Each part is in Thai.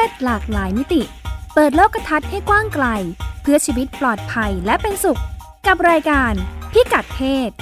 ศหลากหลายมิติเปิดโลกทัศน์ให้กว้างไกลเพื่อชีวิตปลอดภัยและเป็นสุขกับรายการพิกัดเพศ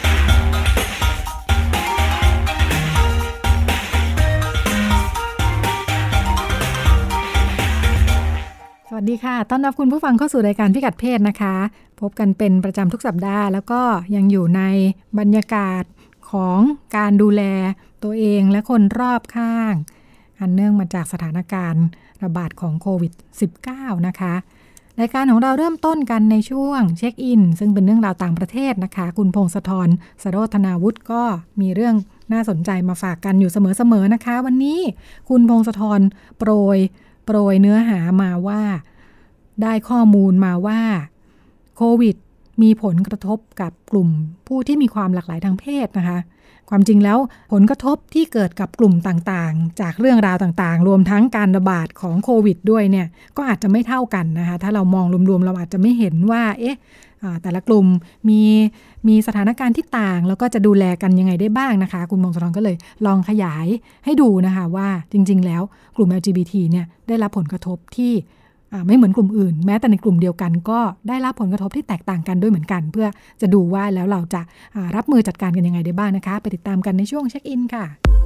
สวัสดีค่ะต้อนรับคุณผู้ฟังเข้าสู่รายการพิกัดเพศนะคะพบกันเป็นประจำทุกสัปดาห์แล้วก็ยังอยู่ในบรรยากาศของการดูแลตัวเองและคนรอบข้างอันเนื่องมาจากสถานการณ์ระบาดของโควิด -19 นะคะรายการของเราเริ่มต้นกันในช่วงเช็คอินซึ่งเป็นเรื่องราวต่างประเทศนะคะคุณพงศธร สโรธนาวุฒิก็มีเรื่องน่าสนใจมาฝากกันอยู่เสมอๆนะคะวันนี้คุณพงศธรโปรยเนื้อหามาว่าได้ข้อมูลมาว่าโควิดมีผลกระทบกับกลุ่มผู้ที่มีความหลากหลายทางเพศนะคะความจริงแล้วผลกระทบที่เกิดกับกลุ่มต่างๆจากเรื่องราวต่างๆรวมทั้งการระบาดของโควิดด้วยเนี่ยก็อาจจะไม่เท่ากันนะคะถ้าเรามองรวมๆเราอาจจะไม่เห็นว่าแต่ละกลุ่มมีสถานการณ์ที่ต่างแล้วก็จะดูแลกันยังไงได้บ้างนะคะคุณมงคลก็เลยลองขยายให้ดูนะคะว่าจริงๆแล้วกลุ่ม LGBT เนี่ยได้รับผลกระทบที่ไม่เหมือนกลุ่มอื่นแม้แต่ในกลุ่มเดียวกันก็ได้รับผลกระทบที่แตกต่างกันด้วยเหมือนกันเพื่อจะดูว่าแล้วเราจะรับมือจัดการกันยังไงได้บ้างนะคะไปติดตามกันในช่วงเช็คอินค่ะ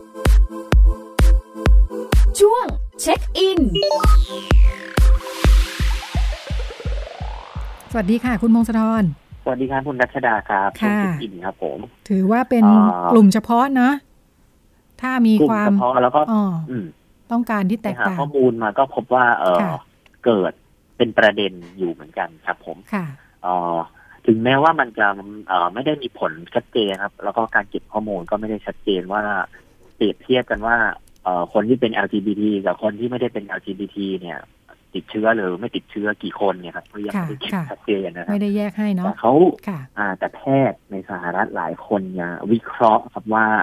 ช่วงเช็คอินสวัสดีค่ะคุณมงคลธรสวัสดีครับคุณรัชดาครับค่ะเช็คอินครับผมถือว่าเป็นกลุ่มเฉพาะนะถ้ามีความเฉพาะแล้วก็ต้องการที่แตกต่างข้อมูลมาก็พบว่าเกิดเป็นประเด็นอยู่เหมือนกันครับผมถึงแม้ว่ามันจะไม่ได้มีผลชัดเจนครับแล้วก็การเก็บข้อมูลก็ไม่ได้ชัดเจนว่าเปรียบเทียบกันว่าคนที่เป็น LGBT กับคนที่ไม่ได้เป็น LGBT เนี่ยติดเชื้อหรือไม่ติดเชื้อกี่คนเนี่ยครับยังไม่ได้เก็บชัดเจนนะครับไม่ได้แยกให้เนาะแต่แพทย์ในสหรัฐหลายคนเนี่ยวิเคราะห์ครับว่า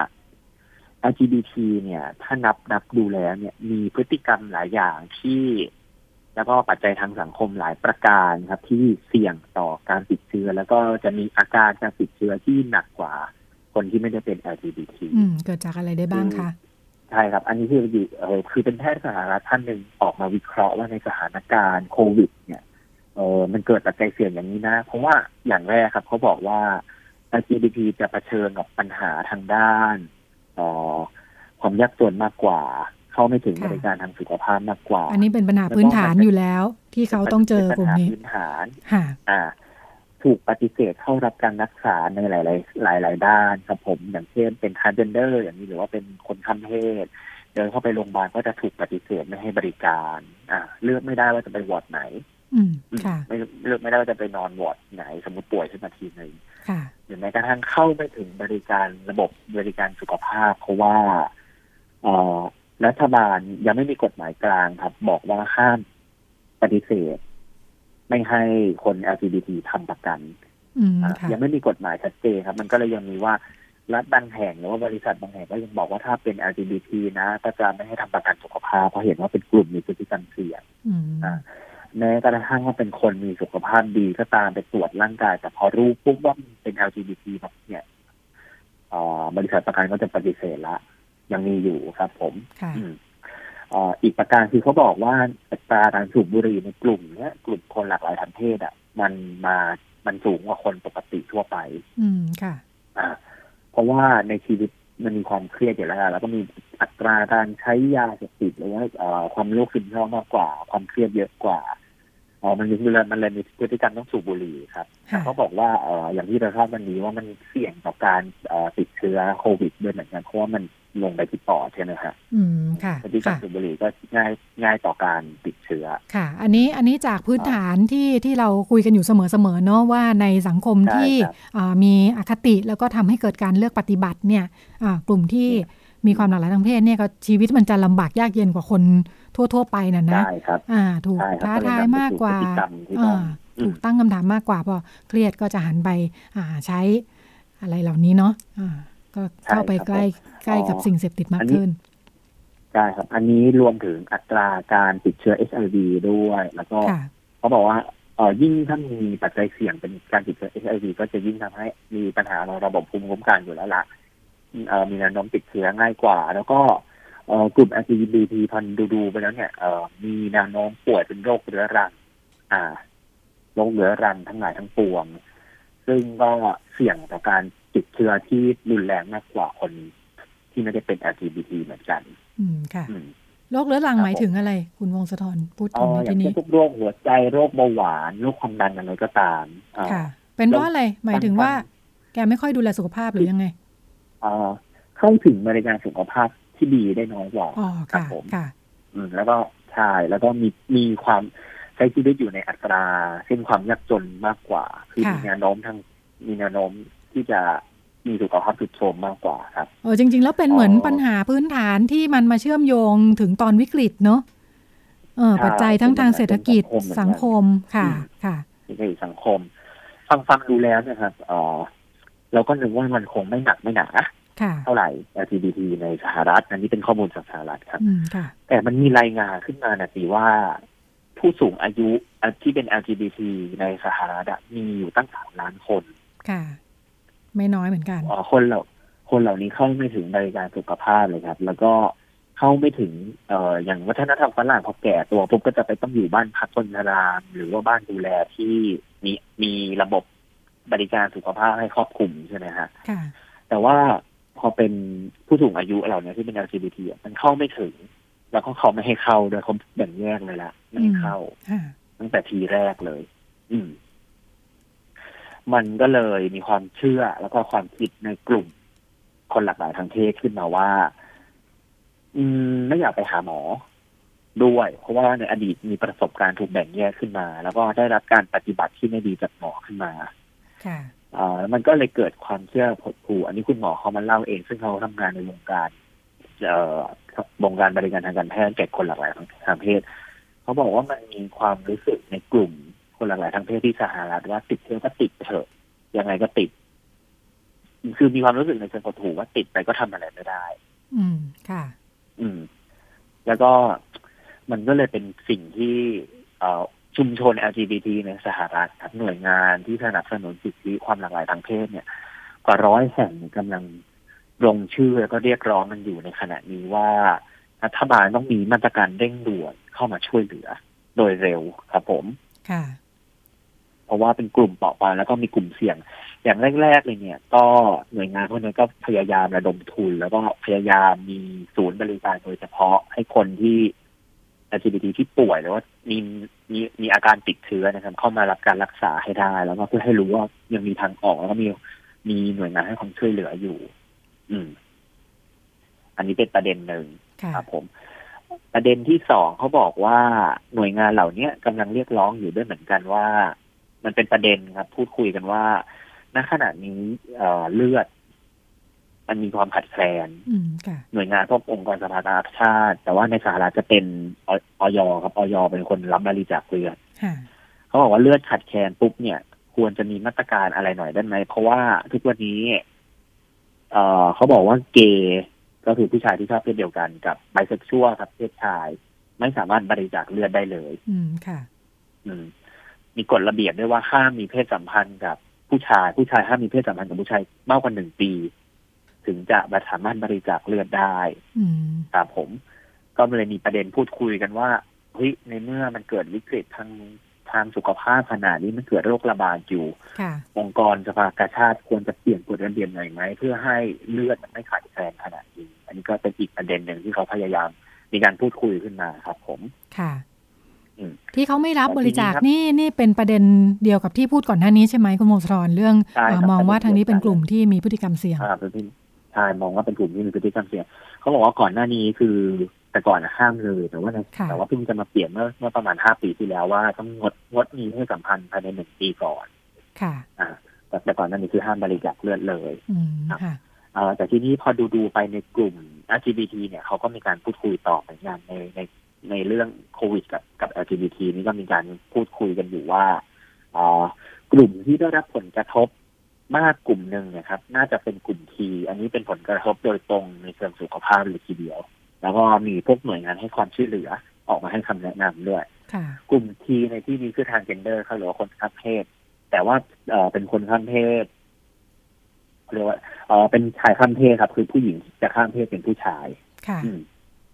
LGBT เนี่ยถ้านับดูแล้วเนี่ยมีพฤติกรรมหลายอย่างที่แล้วก็ปัจจัยทางสังคมหลายประการครับที่เสี่ยงต่อการติดเชื้อแล้วก็จะมีอาการการติดเชื้อที่หนักกว่าคนที่ไม่ได้เป็น LGBT เกิดจากอะไรได้บ้างคะใช่ครับอันนี้คือเป็นแพทย์สหรัฐท่านหนึ่งออกมาวิเคราะห์ว่าในสถานการณ์โควิดเนี่ยมันเกิดปัจจัยเสี่ยงอย่างนี้นะเพราะว่าอย่างแรกครับเขาบอกว่า LGBT จะเผชิญกับปัญหาทางด้านความยากจนมากกว่าเข้าไม่ถึงบริการทางสุขภาพมากกว่าอันนี้เป็นปัญหาพื้นฐานอยู่แล้วที่เขาต้องเจอกลุ่มนี้พื้นฐานถูกปฏิเสธเข้ารับการรักษาในหลายด้านครับผมอย่างเช่นเป็น transgender อย่างนี้หรือว่าเป็นคนข้ามเพศเดินเข้าไปโรงพยาบาลก็จะถูกปฏิเสธไม่ให้บริการเลือกไม่ได้ว่าจะไปวอร์ดไหนไม่เลือกไม่ได้ว่าจะไปนอนวอร์ดไหนสมมติป่วยขึ้นมาทีนึงหรือแม้กระทั่งเข้าไม่ถึงบริการระบบบริการสุขภาพเพราะว่ารัฐบาลยังไม่มีกฎหมายกลางครับบอกว่าห้ามปฏิเสธไม่ให้คน LGBT ทำประกันยังไม่มีกฎหมายชัดเจนครับมันก็เลยยังมีว่ารัฐบางแห่งหรือว่าบริษัทบางแห่งก็ยังบอกว่าถ้าเป็น LGBT นะก็จะไม่ให้ทำประกันสุขภาพเพราะเห็นว่าเป็นกลุ่มมีพฤติกรรมเสี่ยงแม้กระทั่งว่าเป็นคนมีสุขภาพดีก็ตามไปตรวจร่างกายแต่พอรู้ปุ๊บว่าเป็น LGBT แบบเนี่ยบริษัทประกันก็จะปฏิเสธละยังมีอยู่ครับผมอีกประการคือเขาบอกว่าอัตราการสูบบุหรี่ในกลุ่มเนี้ยกลุ่มคนหลากหลายทางเพศมันสูงกว่าคนปกติทั่วไปค่ะเพราะว่าในชีวิตมันมีความเครียดอยู่แล้วก็มีอัตราการใช้ยาเสพติดหรือว่าความโรคซึมเศร้ามากกว่าความเครียดเยอะกว่ามันเลยมีพฤติกรรมต้องสูบบุหรี่ครับเขาบอกว่าอย่างที่เราทราบวันนี้ว่ามันเสี่ยงต่อการติดเชื้อโควิดด้วยเหมือนกันเพราะว่ามันลงไปที่ปอดใช่ไหมครับค่ะพฤติกรรมสูบบุหรี่ก็ง่ายต่อการติดเชื้อค่ะอันนี้จากพื้นฐานที่เราคุยกันอยู่เสมอเนาะว่าในสังคมที่มีอคติแล้วก็ทำให้เกิดการเลือกปฏิบัติเนี่ยกลุ่มที่มีความหลากหลายทางเพศเนี่ยก็ชีวิตมันจะลำบากยากเย็นกว่าคนทั่วไปน่ะนะถูกท้าทายมากกว่าถูกตั้งคำถามมากกว่าพอเครียดก็จะหันไปใช้อะไรเหล่านี้เนาะก็เข้าไปใกล้กับสิ่งเสพติดมากขึ้นใช่ครับอันนี้รวมถึงอัตราการติดเชื้อ HIV ด้วยแล้วก็เขาบอกว่ายิ่งถ้ามีปัจจัยเสี่ยงเป็นการติดเชื้อ HIV ก็จะยิ่งทำให้มีปัญหาในระบบภูมิคุ้มกันอยู่แล้วล่ะมีแนวโน้มติดเชื้อง่ายกว่าแล้วก็กลุ่ม LGBT พันดูไปแล้วเนี่ยมีแนวโน้มป่วยเป็นโรคเรื้อรังโรคเรื้อรังทั้งหลายทั้งปวงซึ่งก็เสี่ยงต่อการติดเชื้อที่รุนแรงมากกว่าคนที่ไม่ได้เป็น LGBT เหมือนกันค่ะโรคเรื้อรังหมายถึงอะไรคุณวงศธรพูดถึงในที่นี้อย่างเช่นพวกโรคหัวใจโรคเบาหวานโรคความดันอะไรก็ตามค่ะเป็นเพราะอะไรหมายถึงว่าแกไม่ค่อยดูแลสุขภาพหรือยังไงเข้าถึงบริการสุขภาพที่ดีได้น้อยกว่าครับผมแล้วก็ใช่แล้วก็มีความใช้ชีวิตอยู่ในอัตราเช่นความยากจนมากกว่าคือมีแนวโน้มที่จะมีสุขภาพทรุดโทรมมากกว่าครับจริงๆแล้วเป็นเหมือนปัญหาพื้นฐานที่มันมาเชื่อมโยงถึงตอนวิกฤตเนาะปัจจัยทั้งทางเศรษฐกิจสังคมค่ะในสังคมฟังดูแล้วนะครับเราก็นึกว่ามันคงไม่หนักไม่หนาเท่าไหร่ LGBT ในสหรัฐอันนี้เป็นข้อมูลจากสหรัฐครับแต่มันมีรายงานขึ้นมานะสิว่าผู้สูงอายุที่เป็น LGBT ในสหรัฐมีอยู่ตั้ง3 ล้านคนค่ะไม่น้อยเหมือนกันคนเหล่านี้เข้าไม่ถึงบริการสุขภาพเลยครับแล้วก็เข้าไม่ถึงอย่างวัฒนธรรมฝรั่งพอแก่ตัวปุ๊บก็จะไปต้องอยู่บ้านพักคนชราหรือว่าบ้านดูแลที่มีระบบบริการสุขภาพให้ครอบคลุมใช่ไหมฮะแต่ว่าพอเป็นผู้สูงอายุเหล่านี้ที่เป็น LGBT มันเข้าไม่ถึงแล้วก็เขาไม่ให้เข้าโดยเขาแบ่งแยกเลยละไม่ให้เข้าตั้งแต่ทีแรกเลยมันก็เลยมีความเชื่อแล้วก็ความคิดในกลุ่มคนหลากหลายทางเพศขึ้นมาว่าไม่อยากไปหาหมอด้วยเพราะว่าในอดีตมีประสบการณ์ถูกแบ่งแยกขึ้นมาแล้วก็ได้รับการปฏิบัติที่ไม่ดีจากหมอขึ้นมามันก็เลยเกิดความเชื่อผดผูอันนี้คุณหมอเขามาเล่าเองซึ่งเขาทำงานในวงการบริการทางการแพทย์แก่คนหลากหลายทางเพศเขาบอกว่ามันมีความรู้สึกในกลุ่มคนหลากหลายทางเพศที่สหรัฐว่าติดเชื้อก็ติดเถอะยังไงก็ติดคือมีความรู้สึกในเชิงผดผูว่าติดไปก็ทำอะไรไม่ได้ค่ะแล้วก็มันก็เลยเป็นสิ่งที่ชุมชน LGBT ในสหรัฐหน่วยงานที่สนับสนุนสิทธิความหลากหลายทางเพศเนี่ยกว่า100 แห่งกำลังลงชื่อแล้วก็เรียกร้องกันอยู่ในขณะนี้ว่ารัฐบาลต้องมีมาตรการเร่งด่วนเข้ามาช่วยเหลือโดยเร็วครับผมค่ะเพราะว่าเป็นกลุ่มเปราะบางแล้วก็มีกลุ่มเสี่ยงอย่างแรกๆเลยเนี่ยก็หน่วยงานพวกนี้ก็พยายามระดมทุนแล้วก็พยายามมีศูนย์บริการโดยเฉพาะให้คนที่ LGBT ที่ป่วยหรือว่ามีอาการติดเชื้อนะครับเข้ามารับการรักษาให้ได้แล้วก็เพื่อให้รู้ว่ายังมีทางออกแล้วก็มีหน่วยงานให้ความช่วยเหลืออยู่อันนี้เป็นประเด็นหนึ่งครับผมประเด็นที่2เขาบอกว่าหน่วยงานเหล่านี้กำลังเรียกร้องอยู่ด้วยเหมือนกันว่ามันเป็นประเด็นครับพูดคุยกันว่าณขณะนี้เลือดมันมีความขาดแคลนหน่วยงานพวกองค์กรสภานานาชาติแต่ว่าในสหรัฐจะเป็นอย.ครับอย.เป็นคนรับบริจาคเลือดเขาบอกว่าเลือดขาดแคลนปุ๊บเนี่ยควรจะมีมาตรการอะไรหน่อยได้ไหมเพราะว่าทุกวันนี้เขาบอกว่าเกย์ก็คือผู้ชายที่ชอบเพศเดียวกันกับไบเซ็กชวลครับเพศชายไม่สามารถบริจาคเลือดได้เลยค่ะมีกฎระเบียบด้วยว่าห้ามมีเพศสัมพันธ์กับผู้ชายห้ามมีเพศสัมพันธ์กับผู้ชายมากกว่า1 ปีถึงจะสามารถบริจาคเลือดได้ครับผมก็เลยมีประเด็นพูดคุยกันว่าเฮ้ยในเมื่อมันเกิดวิกฤตทางสุขภาพขนาดนี้มันเกิดโรคระบาดอยู่องค์กรสภากาชาติควรจะเปลี่ยนกฎระเบียบหน่อยไหมเพื่อให้เลือดมันไม่ขาดแคลนขนาดนี้อันนี้ก็เป็นอีกประเด็นหนึ่งที่เขาพยายามมีการพูดคุยขึ้นมาครับผมค่ะที่เขาไม่รับบริจาคนี่เป็นประเด็นเดียวกับที่พูดก่อนหน้านี้ใช่ไหมคุณโมสรเรื่องมองว่าทางนี้เป็นกลุ่มที่มีพฤติกรรมเสี่ยงใช่มองว่าเป็นกลุ่มที่มีพฤติกรรมเสี่ยงเขาบอกว่าก่อนหน้านี้คือแต่ก่อนห้ามเลยแต่ว่าเพิ่งจะมาเปลี่ยนเมื่อประมาณ5 ปีที่แล้วว่าต้องงดมีเพศสัมพันธ์ภายใน1 ปีก่อนค่ะแต่ก่อนหน้านี้คือห้ามบริจาคเลือดเลยแต่ทีนี้พอดูไปในกลุ่ม LGBT เนี่ยเขาก็มีการพูดคุยต่อเหมือนกันในเรื่องโควิดกับ LGBT นี่ก็มีการพูดคุยกันอยู่ว่ากลุ่มที่ได้รับผลกระทบมากกลุ่มหนึ่งเนี่ยครับน่าจะเป็นกลุ่ม T อันนี้เป็นผลกระทบโดยตรงในเชิงสุขภาพเลยทีเดียวแล้วก็มีพวกหน่วยงานให้ความช่วยเหลือออกมาให้คำแนะนำด้วยกลุ่ม T ในที่นี้คือทางเจนเดอร์เขาหรือว่าคนข้ามเพศแต่ว่าเป็นคนข้ามเพศเรียกว่าเป็นชายข้ามเพศครับคือผู้หญิงจะข้ามเพศเป็นผู้ชาย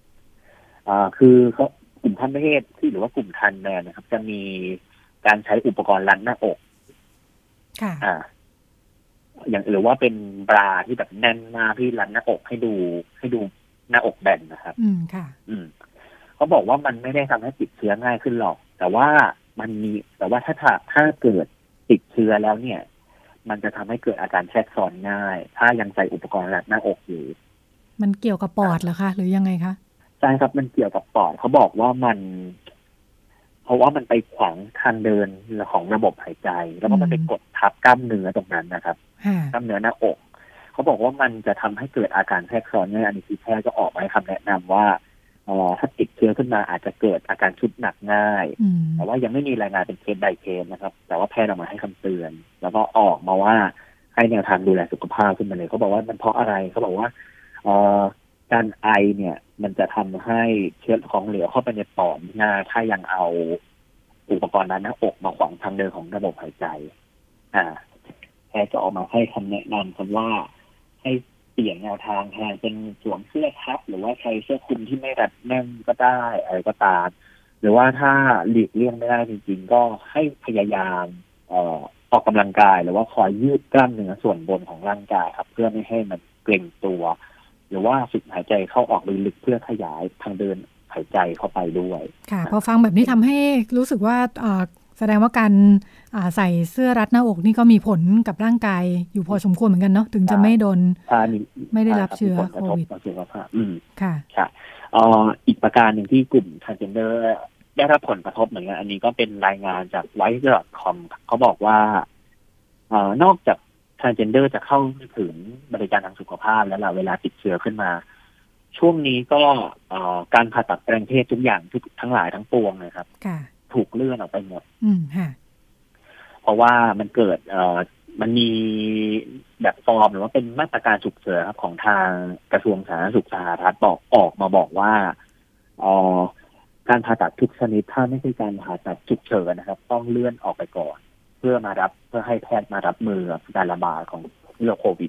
คือเขากลุ่มทันเพศที่หรือว่ากลุ่มทันแมนนะครับจะมีการใช้อุปกรณ์รัดหน้าอกค่ะอย่างหรือว่าเป็นบราที่แบบแน่นมากที่รัดหน้าอกให้ดูหน้าอกแบนนะครับค่ะเขาบอกว่ามันไม่ได้ทำให้ติดเชื้อง่ายขึ้นหรอกแต่ว่าถ้าเกิดติดเชื้อแล้วเนี่ยมันจะทำให้เกิดอาการแทรกซ้อนง่ายถ้ายังใส่อุปกรณ์รัดหน้าอกอยู่มันเกี่ยวกับปอดเหรอคะหรือยังไงคะใช่ครับมันเกี่ยวกับปอดเขาบอกว่าเพราะว่ามันไปขวางทางเดินของระบบหายใจแล้วก็มันไปกดทับกล้ามเนื้อตรงนั้นนะครับกล้ามเนื้อหน้าอกเขาบอกว่ามันจะทำให้เกิดอาการแทรกซ้อนง่ายอันนี้คือแพทย์ก็ออกมาให้คำแนะนำว่าถ้าติดเชื้อขึ้นมาอาจจะเกิดอาการชุดหนักง่ายแต่ว่ายังไม่มีรายงานเป็นเคสใดเคสนะครับแต่ว่าแพทย์ออกมาให้คำเตือนแล้วก็ออกมาว่าให้แนวทางดูแลสุขภาพขึ้นมาเลยเขาบอกว่ามันเพราะอะไรเขาบอกว่าการไอเนี่ยมันจะทำให้เชื้อของเหลวเข้าไปในปอดง่ายถ้ายังเอาอุปกรณ์รัดหน้าอกมาขวางทางเดินของระบบหายใจแพทย์จะออกมาให้คำแนะนำกันว่าให้เปลี่ยนแนวทางแทนเป็นสวมเสื้อทับหรือว่าใช้เสื้อคลุมที่ไม่รัดแน่นก็ได้อะไรก็ตามหรือว่าถ้าหลีกเลี่ยงไม่ได้จริงๆก็ให้พยายามออกกำลังกายหรือว่าคอยยืดกล้ามเนื้อส่วนบนของร่างกายครับเพื่อไม่ให้มันเกร็งตัวหรือว่าฝึกหายใจเข้าออกลึกๆเพื่อขยายทางเดินหายใจเข้าไปด้วยค่ะพอฟังแบบนี้ทำให้รู้สึกว่าแสดงว่าการใส่เสื้อรัดหน้าอกนี่ก็มีผลกับร่างกายอยู่พอสมควรเหมือนกันเนาะถึงจะไม่โดนไม่ได้รับเชื้อโควิดค่ะค่ะอีกประการหนึ่งที่กลุ่ม transgender ได้รับผลกระทบเหมือนกันอันนี้ก็เป็นรายงานจาก white.com เขาบอกว่านอกจาก transgender จะเข้าถึงบริการทางสุขภาพแล้วล่ะเวลาติดเชื้อขึ้นมาช่วงนี้ก็การผ่าตัดแปลงเพศทุกอย่างทั้งหลายทั้งปวงเลยครับถูกเลื่อนออกไปหมดเพราะว่ามันเกิดมันมีแบบฟอร์มหรือว่าเป็นมาตรการฉุกเฉินครับของทางกระทรวงสาธารณสุขสหรัฐออกมาบอกว่าการผ่าตัดทุกชนิดถ้าไม่ใช่การผ่าตัดฉุกเฉินนะครับต้องเลื่อนออกไปก่อนเพื่อให้แพทย์มารับมือกับการระบาดของโรคโควิด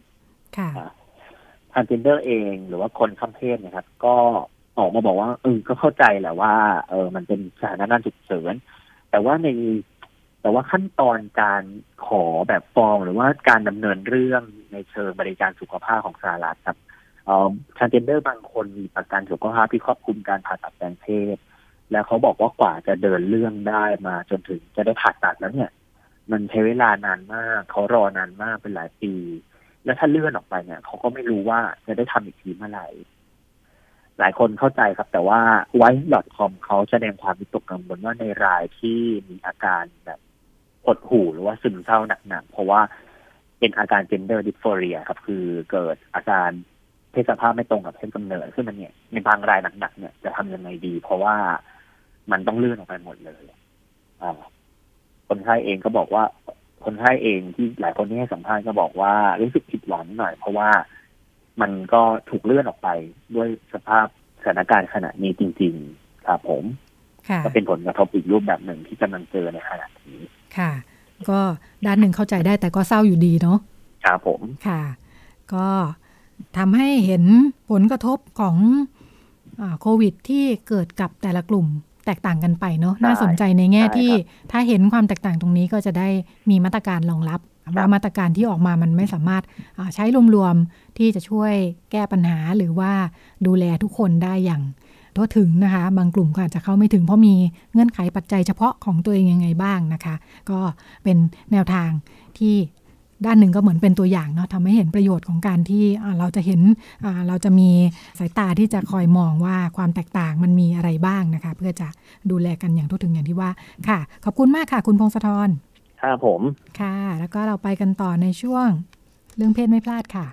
transgender เองหรือว่าคนข้ามเพศนะครับก็ออกมาบอกว่าก็เข้าใจแหละว่ามันเป็นสถานการณ์ฉุกเฉินแต่ว่าขั้นตอนการขอแบบฟอร์มหรือว่าการดำเนินเรื่องในเชิงบริการสุขภาพของสหรัฐครับtransgender บางคนมีประกันสุขภาพที่ครอบคลุมการผ่าตัดแปลงเพศแล้วเขาบอกว่ากว่าจะเดินเรื่องได้มาจนถึงจะได้ผ่าตัดแล้วเนี่ยมันใช้เวลานานมากเขารอนานมากเป็นหลายปีแล้วถ้าเลื่อนออกไปเนี่ยเขาก็ไม่รู้ว่าจะได้ทำอีกทีเมื่อไหร่หลายคนเข้าใจครับแต่ว่า white.com เขาแสดงความวิตกกังวลว่าในรายที่มีอาการแบบหดหู่หรือว่าซึมเศร้าหนักๆเพราะว่าเป็นอาการ gender dysphoria ครับคือเกิดอาการเพศสภาพไม่ตรงกับเพศกำเนิดซึ่งมันเนี่ยในบางรายหนักๆเนี่ยจะทำยังไงดีเพราะว่ามันต้องเลื่อนออกไปหมดเลยคนไข้เองก็บอกว่าคนไข้เองที่หลายคนที่ให้สัมภาษณ์ก็บอกว่ารู้สึกผิดหวังหน่อยเพราะว่ามันก็ถูกเลื่อนออกไปด้วยสภาพสถานการณ์ขณะนี้จริงๆครับผมก็เป็นผลกระทบอีกรูปแบบหนึ่งที่กำลังเจอในขณะนี้ค่ะก็ด้านหนึ่งเข้าใจได้แต่ก็เศร้าอยู่ดีเนาะครับผมค่ะก็ทำให้เห็นผลกระทบของโควิดที่เกิดกับแต่ละกลุ่มแตกต่างกันไปเนาะน่าสนใจในแง่ที่ถ้าเห็นความแตกต่างตรงนี้ก็จะได้มีมาตรการรองรับว่ามาตรการที่ออกมามันไม่สามารถใช้รวมๆที่จะช่วยแก้ปัญหาหรือว่าดูแลทุกคนได้อย่างทั่วถึงนะคะบางกลุ่มก็อาจจะเข้าไม่ถึงเพราะมีเงื่อนไขปัจจัยเฉพาะของตัวเองยังไงบ้างนะคะก็เป็นแนวทางที่ด้านหนึ่งก็เหมือนเป็นตัวอย่างเนาะทำให้เห็นประโยชน์ของการที่เราจะเห็นเราจะมีสายตาที่จะคอยมองว่าความแตกต่างมันมีอะไรบ้างนะคะเพื่อจะดูแลกันอย่างทั่วถึงอย่างที่ว่าค่ะขอบคุณมากค่ะคุณพงศธรครับผมค่ะแล้วก็เราไปกันต่อในช่วงเรื่องเพศไม่พลาดค่ะ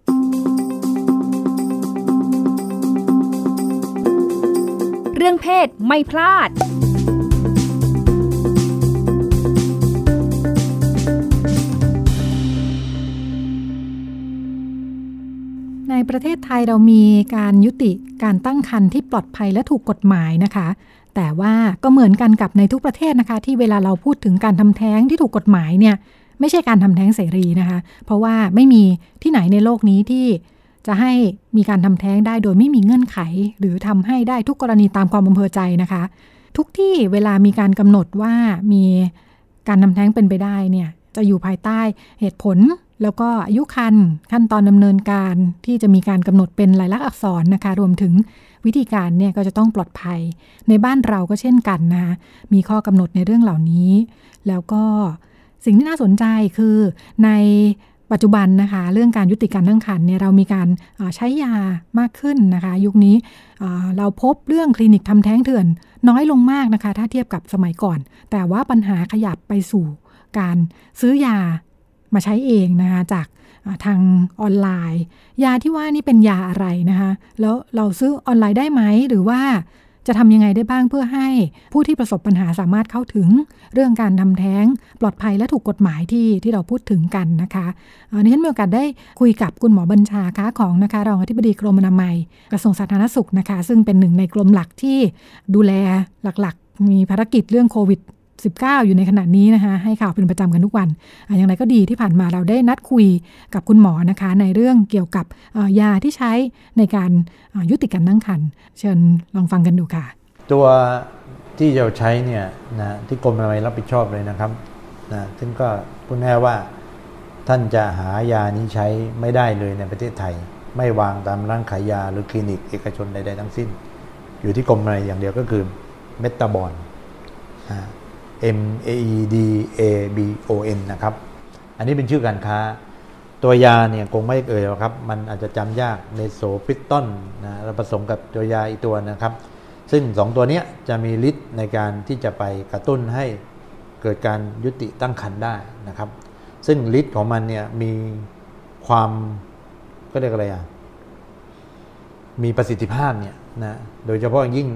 เรื่องเพศไม่พลาดในประเทศไทยเรามีการยุติการตั้งครรภ์ที่ปลอดภัยและถูกกฎหมายนะคะแต่ว่าก็เหมือนกันกับในทุกประเทศนะคะที่เวลาเราพูดถึงการทำแท้งที่ถูกกฎหมายเนี่ยไม่ใช่การทำแท้งเสรีนะคะเพราะว่าไม่มีที่ไหนในโลกนี้ที่จะให้มีการทำแท้งได้โดยไม่มีเงื่อนไขหรือทำให้ได้ทุกกรณีตามความอำเภอใจนะคะทุกที่เวลามีการกำหนดว่ามีการทำแท้งเป็นไปได้เนี่ยจะอยู่ภายใต้เหตุผลแล้วก็อายุครรภ์ขั้นตอนดำเนินการที่จะมีการกำหนดเป็นลายลักษณ์อักษรนะคะรวมถึงวิธีการเนี่ยก็จะต้องปลอดภัยในบ้านเราก็เช่นกันนะคะมีข้อกำหนดในเรื่องเหล่านี้แล้วก็สิ่งที่น่าสนใจคือในปัจจุบันนะคะเรื่องการยุติการตั้งครรภ์เนี่ยเรามีการใช้ยามากขึ้นนะคะยุคนี้เราพบเรื่องคลินิกทำแท้งเถื่อนน้อยลงมากนะคะถ้าเทียบกับสมัยก่อนแต่ว่าปัญหาขยับไปสู่การซื้อยามาใช้เองนะคะจากทางออนไลน์ยาที่ว่านี่เป็นยาอะไรนะคะแล้วเราซื้อออนไลน์ได้ไหมหรือว่าจะทำยังไงได้บ้างเพื่อให้ผู้ที่ประสบปัญหาสามารถเข้าถึงเรื่องการทำแท้งปลอดภัยและถูกกฎหมายที่เราพูดถึงกันนะคะดิฉันมีโอกาสได้คุยกับคุณหมอบัญชาค้าของนะคะรองอธิบดีกรมอนามัยกระทรวงสาธารณสุขนะคะซึ่งเป็นหนึ่งในกรมหลักที่ดูแลหลักๆมีภารกิจเรื่องโควิด19อยู่ในขณะนี้นะคะให้ข่าวเป็นประจำกันทุกวันอย่างไรก็ดีที่ผ่านมาเราได้นัดคุยกับคุณหมอนะคะในเรื่องเกี่ยวกับยาที่ใช้ในการยุติการตั้งครรภ์เชิญลองฟังกันดูค่ะตัวที่เราใช้เนี่ยนะที่กรมอนามัยรับผิดชอบเลยนะครับนะซึ่งก็พูดแน่ว่าท่านจะหายานี้ใช้ไม่ได้เลยในประเทศไทยไม่วางตามร้านขายยาหรือคลินิกเอกชนใดๆทั้งสิ้นอยู่ที่กรมอนามัยอย่างเดียวก็คือเมตาบอนMEDABON นะครับอันนี้เป็นชื่อการค้าตัวยาเนี่ยคงไม่หรอกครับมันอาจจะจำยากเนโซพิตตอนนะแล้วผสมกับตัวยาอีกตัวนะครับซึ่ง2ตัวนี้จะมีฤทธิ์ในการที่จะไปกระตุ้นให้เกิดการยุติตั้งครรภ์ได้นะครับซึ่งฤทธิ์ของมันเนี่ยมีความก็เรียกอะไรมีประสิทธิภาพเนี่ยนะโดยเฉพาะยิ่ง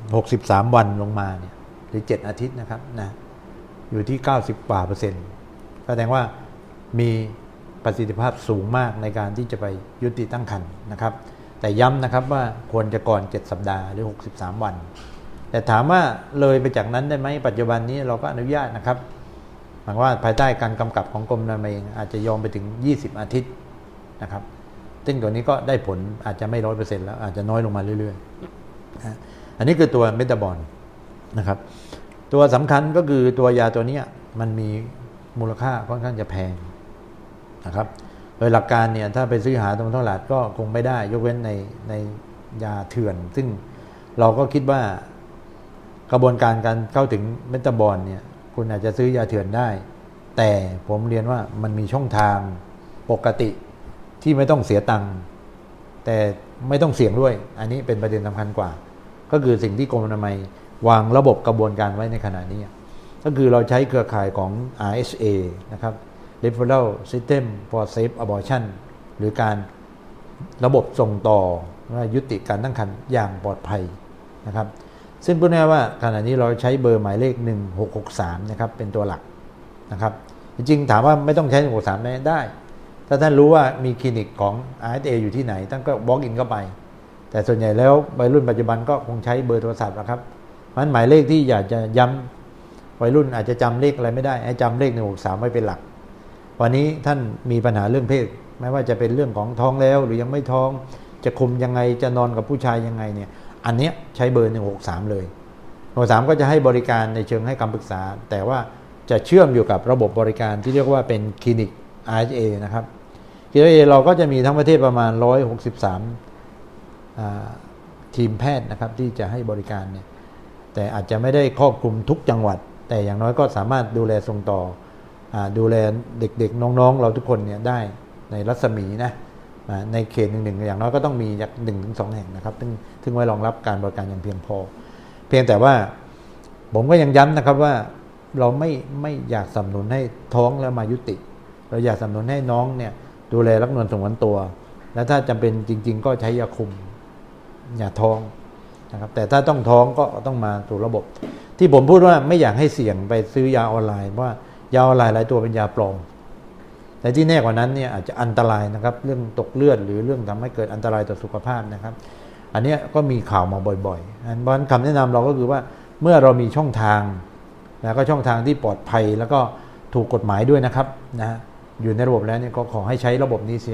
63วันลงมาเนี่ยหรือ7อาทิตย์นะครับนะอยู่ที่90%กว่าแสดงว่ามีประสิทธิภาพสูงมากในการที่จะไปยุติตั้งครรภ์นะครับแต่ย้ำนะครับว่าควรจะก่อน7สัปดาห์หรือ63วันแต่ถามว่าเลยไปจากนั้นได้ไหมปัจจุบันนี้เราก็อนุญาตนะครับหมายว่าภายใต้การกำกับของกรมอนามัยอาจจะยอมไปถึง20อาทิตย์นะครับซึ่งตัวนี้ก็ได้ผลอาจจะไม่ 100% แล้วอาจจะน้อยลงมาเรื่อยๆอันนี้คือตัวเมตาบอนนะครับตัวสำคัญก็คือตัวยาตัวนี้มันมีมูลค่าค่อนข้างจะแพงนะครับโดยหลักการเนี่ยถ้าไปซื้อหาตรงท้องตลาดก็คงไม่ได้ยกเว้นในยาเถื่อนซึ่งเราก็คิดว่ากระบวนการเข้าถึงเมตาบอนเนี่ยคุณอาจจะซื้อยาเถื่อนได้แต่ผมเรียนว่ามันมีช่องทางปกติที่ไม่ต้องเสียตังค์แต่ไม่ต้องเสี่ยงด้วยอันนี้เป็นประเด็นสำคัญกว่าก็คือสิ่งที่กรมอนามัยวางระบบกระบวนการไว้ในขณะนี้ก็คือเราใช้เครือข่ายของ RSA นะครับ Referral System for Safe Abortion หรือการระบบส่งต่อว่ายุติการตั้งครรภ์อย่างปลอดภัยนะครับซึ่งพูดง่ายว่าขณะนี้เราใช้เบอร์หมายเลข1663นะครับเป็นตัวหลักนะครับจริงๆถามว่าไม่ต้องใช้1663ได้ถ้าท่านรู้ว่ามีคลินิกของ RSA อยู่ที่ไหนท่านก็บล็อกอินเข้าไปแต่ส่วนใหญ่แล้ววัยรุ่นปัจจุบันก็คงใช้เบอร์โทรศัพท์นะครับเพราะฉะนั้นหมายเลขที่อยากจะย้ำวัยรุ่นอาจจะจำเลขอะไรไม่ได้ให้จำเลข163ไว้เป็นหลักวันนี้ท่านมีปัญหาเรื่องเพศไม่ว่าจะเป็นเรื่องของท้องแล้วหรือยังไม่ท้องจะคุมยังไงจะนอนกับผู้ชายยังไงเนี่ยอันเนี้ยใช้เบอร์163เลย163ก็จะให้บริการในเชิงให้คำปรึกษาแต่ว่าจะเชื่อมอยู่กับระบบบริการที่เรียกว่าเป็นคลินิก RSA นะครับคลินิก RSA เราก็จะมีทั้งประเทศประมาณ163ทีมแพทย์นะครับที่จะให้บริการเนี่ยแต่อาจจะไม่ได้ครอบคลุมทุกจังหวัดแต่อย่างน้อยก็สามารถดูแลส่งต่อดูแลเด็กๆน้องๆเราทุกคนเนี่ยได้ในรัศมีนะในเขตหนึ่งๆอย่างน้อยก็ต้องมีจาก1-2 แห่งนะครับซึ่งไว้รองรับการบริการอย่างเพียงพอเพียงแต่ว่าผมก็ยังย้ำนะครับว่าเราไม่อยากสนับสนุนให้ท้องแล้วมายุติเราอยากสนับสนุนให้น้องเนี่ยดูแลรักนวลสงวนตัวและถ้าจำเป็นจริงๆก็ใช้ยาคุมอย่าท้องนะครับแต่ถ้าต้องท้องก็ต้องมาสู่ระบบที่ผมพูดว่าไม่อยากให้เสี่ยงไปซื้อยาออนไลน์เพราะว่ายาออนไลน์หลายตัวเป็นยาปลอมแต่ที่แน่กว่านั้นเนี่ยอาจจะอันตรายนะครับเรื่องตกเลือดหรือเรื่องทำให้เกิดอันตรายต่อสุขภาพนะครับอันนี้ก็มีข่าวมาบ่อยๆเพราะฉะนั้นคำแนะนำเราก็คือว่าเมื่อเรามีช่องทางแล้วก็ช่องทางที่ปลอดภัยแล้วก็ถูกกฎหมายด้วยนะครับนะอยู่ในระบบแล้วเนี่ยก็ขอให้ใช้ระบบนี้เสีย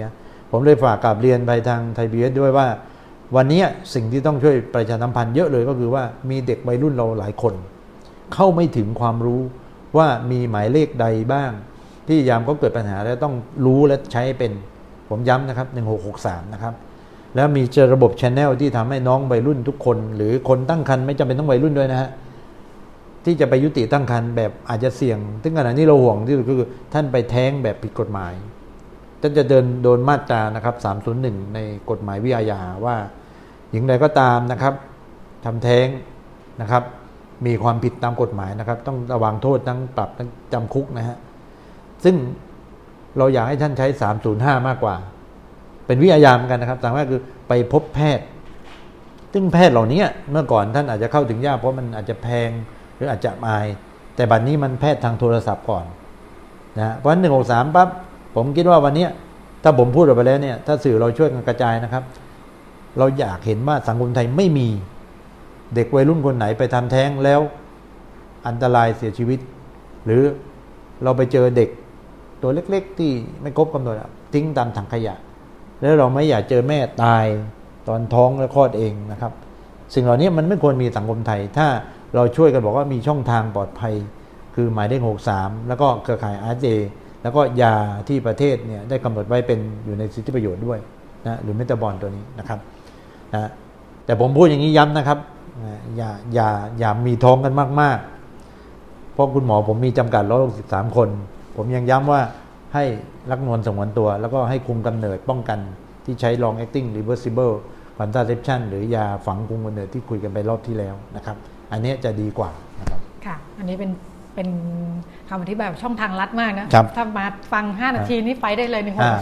ผมเลยฝากกราบเรียนไปทางไทย PBS ด้วยว่าวันนี้สิ่งที่ต้องช่วยประชาสัมพันธ์เยอะเลยก็คือว่ามีเด็กวัยรุ่นเราหลายคนเข้าไม่ถึงความรู้ว่ามีหมายเลขใดบ้างที่ยามเขาเกิดปัญหาแล้วต้องรู้และใช้เป็นผมย้ำนะครับ1663นะครับแล้วมีเจอระบบ Channel ที่ทำให้น้องวัยรุ่นทุกคนหรือคนตั้งครรภ์ไม่จำเป็นต้องวัยรุ่นด้วยนะฮะที่จะไปยุติตั้งครรภ์แบบอาจจะเสี่ยงถึงขนาดนี้เราห่วงที่สุดคือท่านไปแท้งแบบผิดกฎหมายท่านจะโดนมาตรานะครับ301ในกฎหมายวิอาญาว่าหญิงใดก็ตามนะครับทำแท้งนะครับมีความผิดตามกฎหมายนะครับต้องระวังโทษทั้งปรับทั้งจำคุกนะฮะซึ่งเราอยากให้ท่านใช้305มากกว่าเป็นวิอาญาเหมือนกันนะครับสามารถคือไปพบแพทย์ซึ่งแพทย์เหล่านี้เมื่อก่อนท่านอาจจะเข้าถึงยากเพราะมันอาจจะแพงหรืออาจจะอายแต่บัดนี้มันแพทย์ทางโทรศัพท์ก่อนนะเพราะฉะนั้น163ปั๊บผมคิดว่าวันนี้ถ้าผมพูดออกไปแล้วเนี่ยถ้าสื่อเราช่วยกันกระจายนะครับเราอยากเห็นว่าสังคมไทยไม่มีเด็กวัยรุ่นคนไหนไปทำแท้งแล้วอันตรายเสียชีวิตหรือเราไปเจอเด็กตัวเล็กๆที่ไม่ครบกำหนดทิ้งตามถังขยะแล้วเราไม่อยากเจอแม่ตายตอนท้องและคลอดเองนะครับสิ่งเหล่านี้มันไม่ควรมีสังคมไทยถ้าเราช่วยกันบอกว่ามีช่องทางปลอดภัยคือหมายเลข63แล้วก็เครือข่าย RJ แล้วก็ยาที่ประเทศเนี่ยได้กำหนดไว้เป็นอยู่ในสิทธิประโยชน์ด้วยนะหรือเมตาบอลตัวนี้นะครับนะแต่ผมพูดอย่างนี้ย้ำนะครับอย่ามีท้องกันมากๆเพราะคุณหมอผมมีจำกัด163คนผมยังย้ำว่าให้รักนวลสงวนตัวแล้วก็ให้คุมกำเนิดป้องกันที่ใช้ long acting reversible contraception หรือยาฝังคุมกำเนิดที่คุยกันไปรอบที่แล้วนะครับอันนี้จะดีกว่านะครับค่ะอันนี้เป็นคำอธิบายแบบช่องทางลัดมากนะถ้ามาฟัง5นาทีนี้ไปได้เลย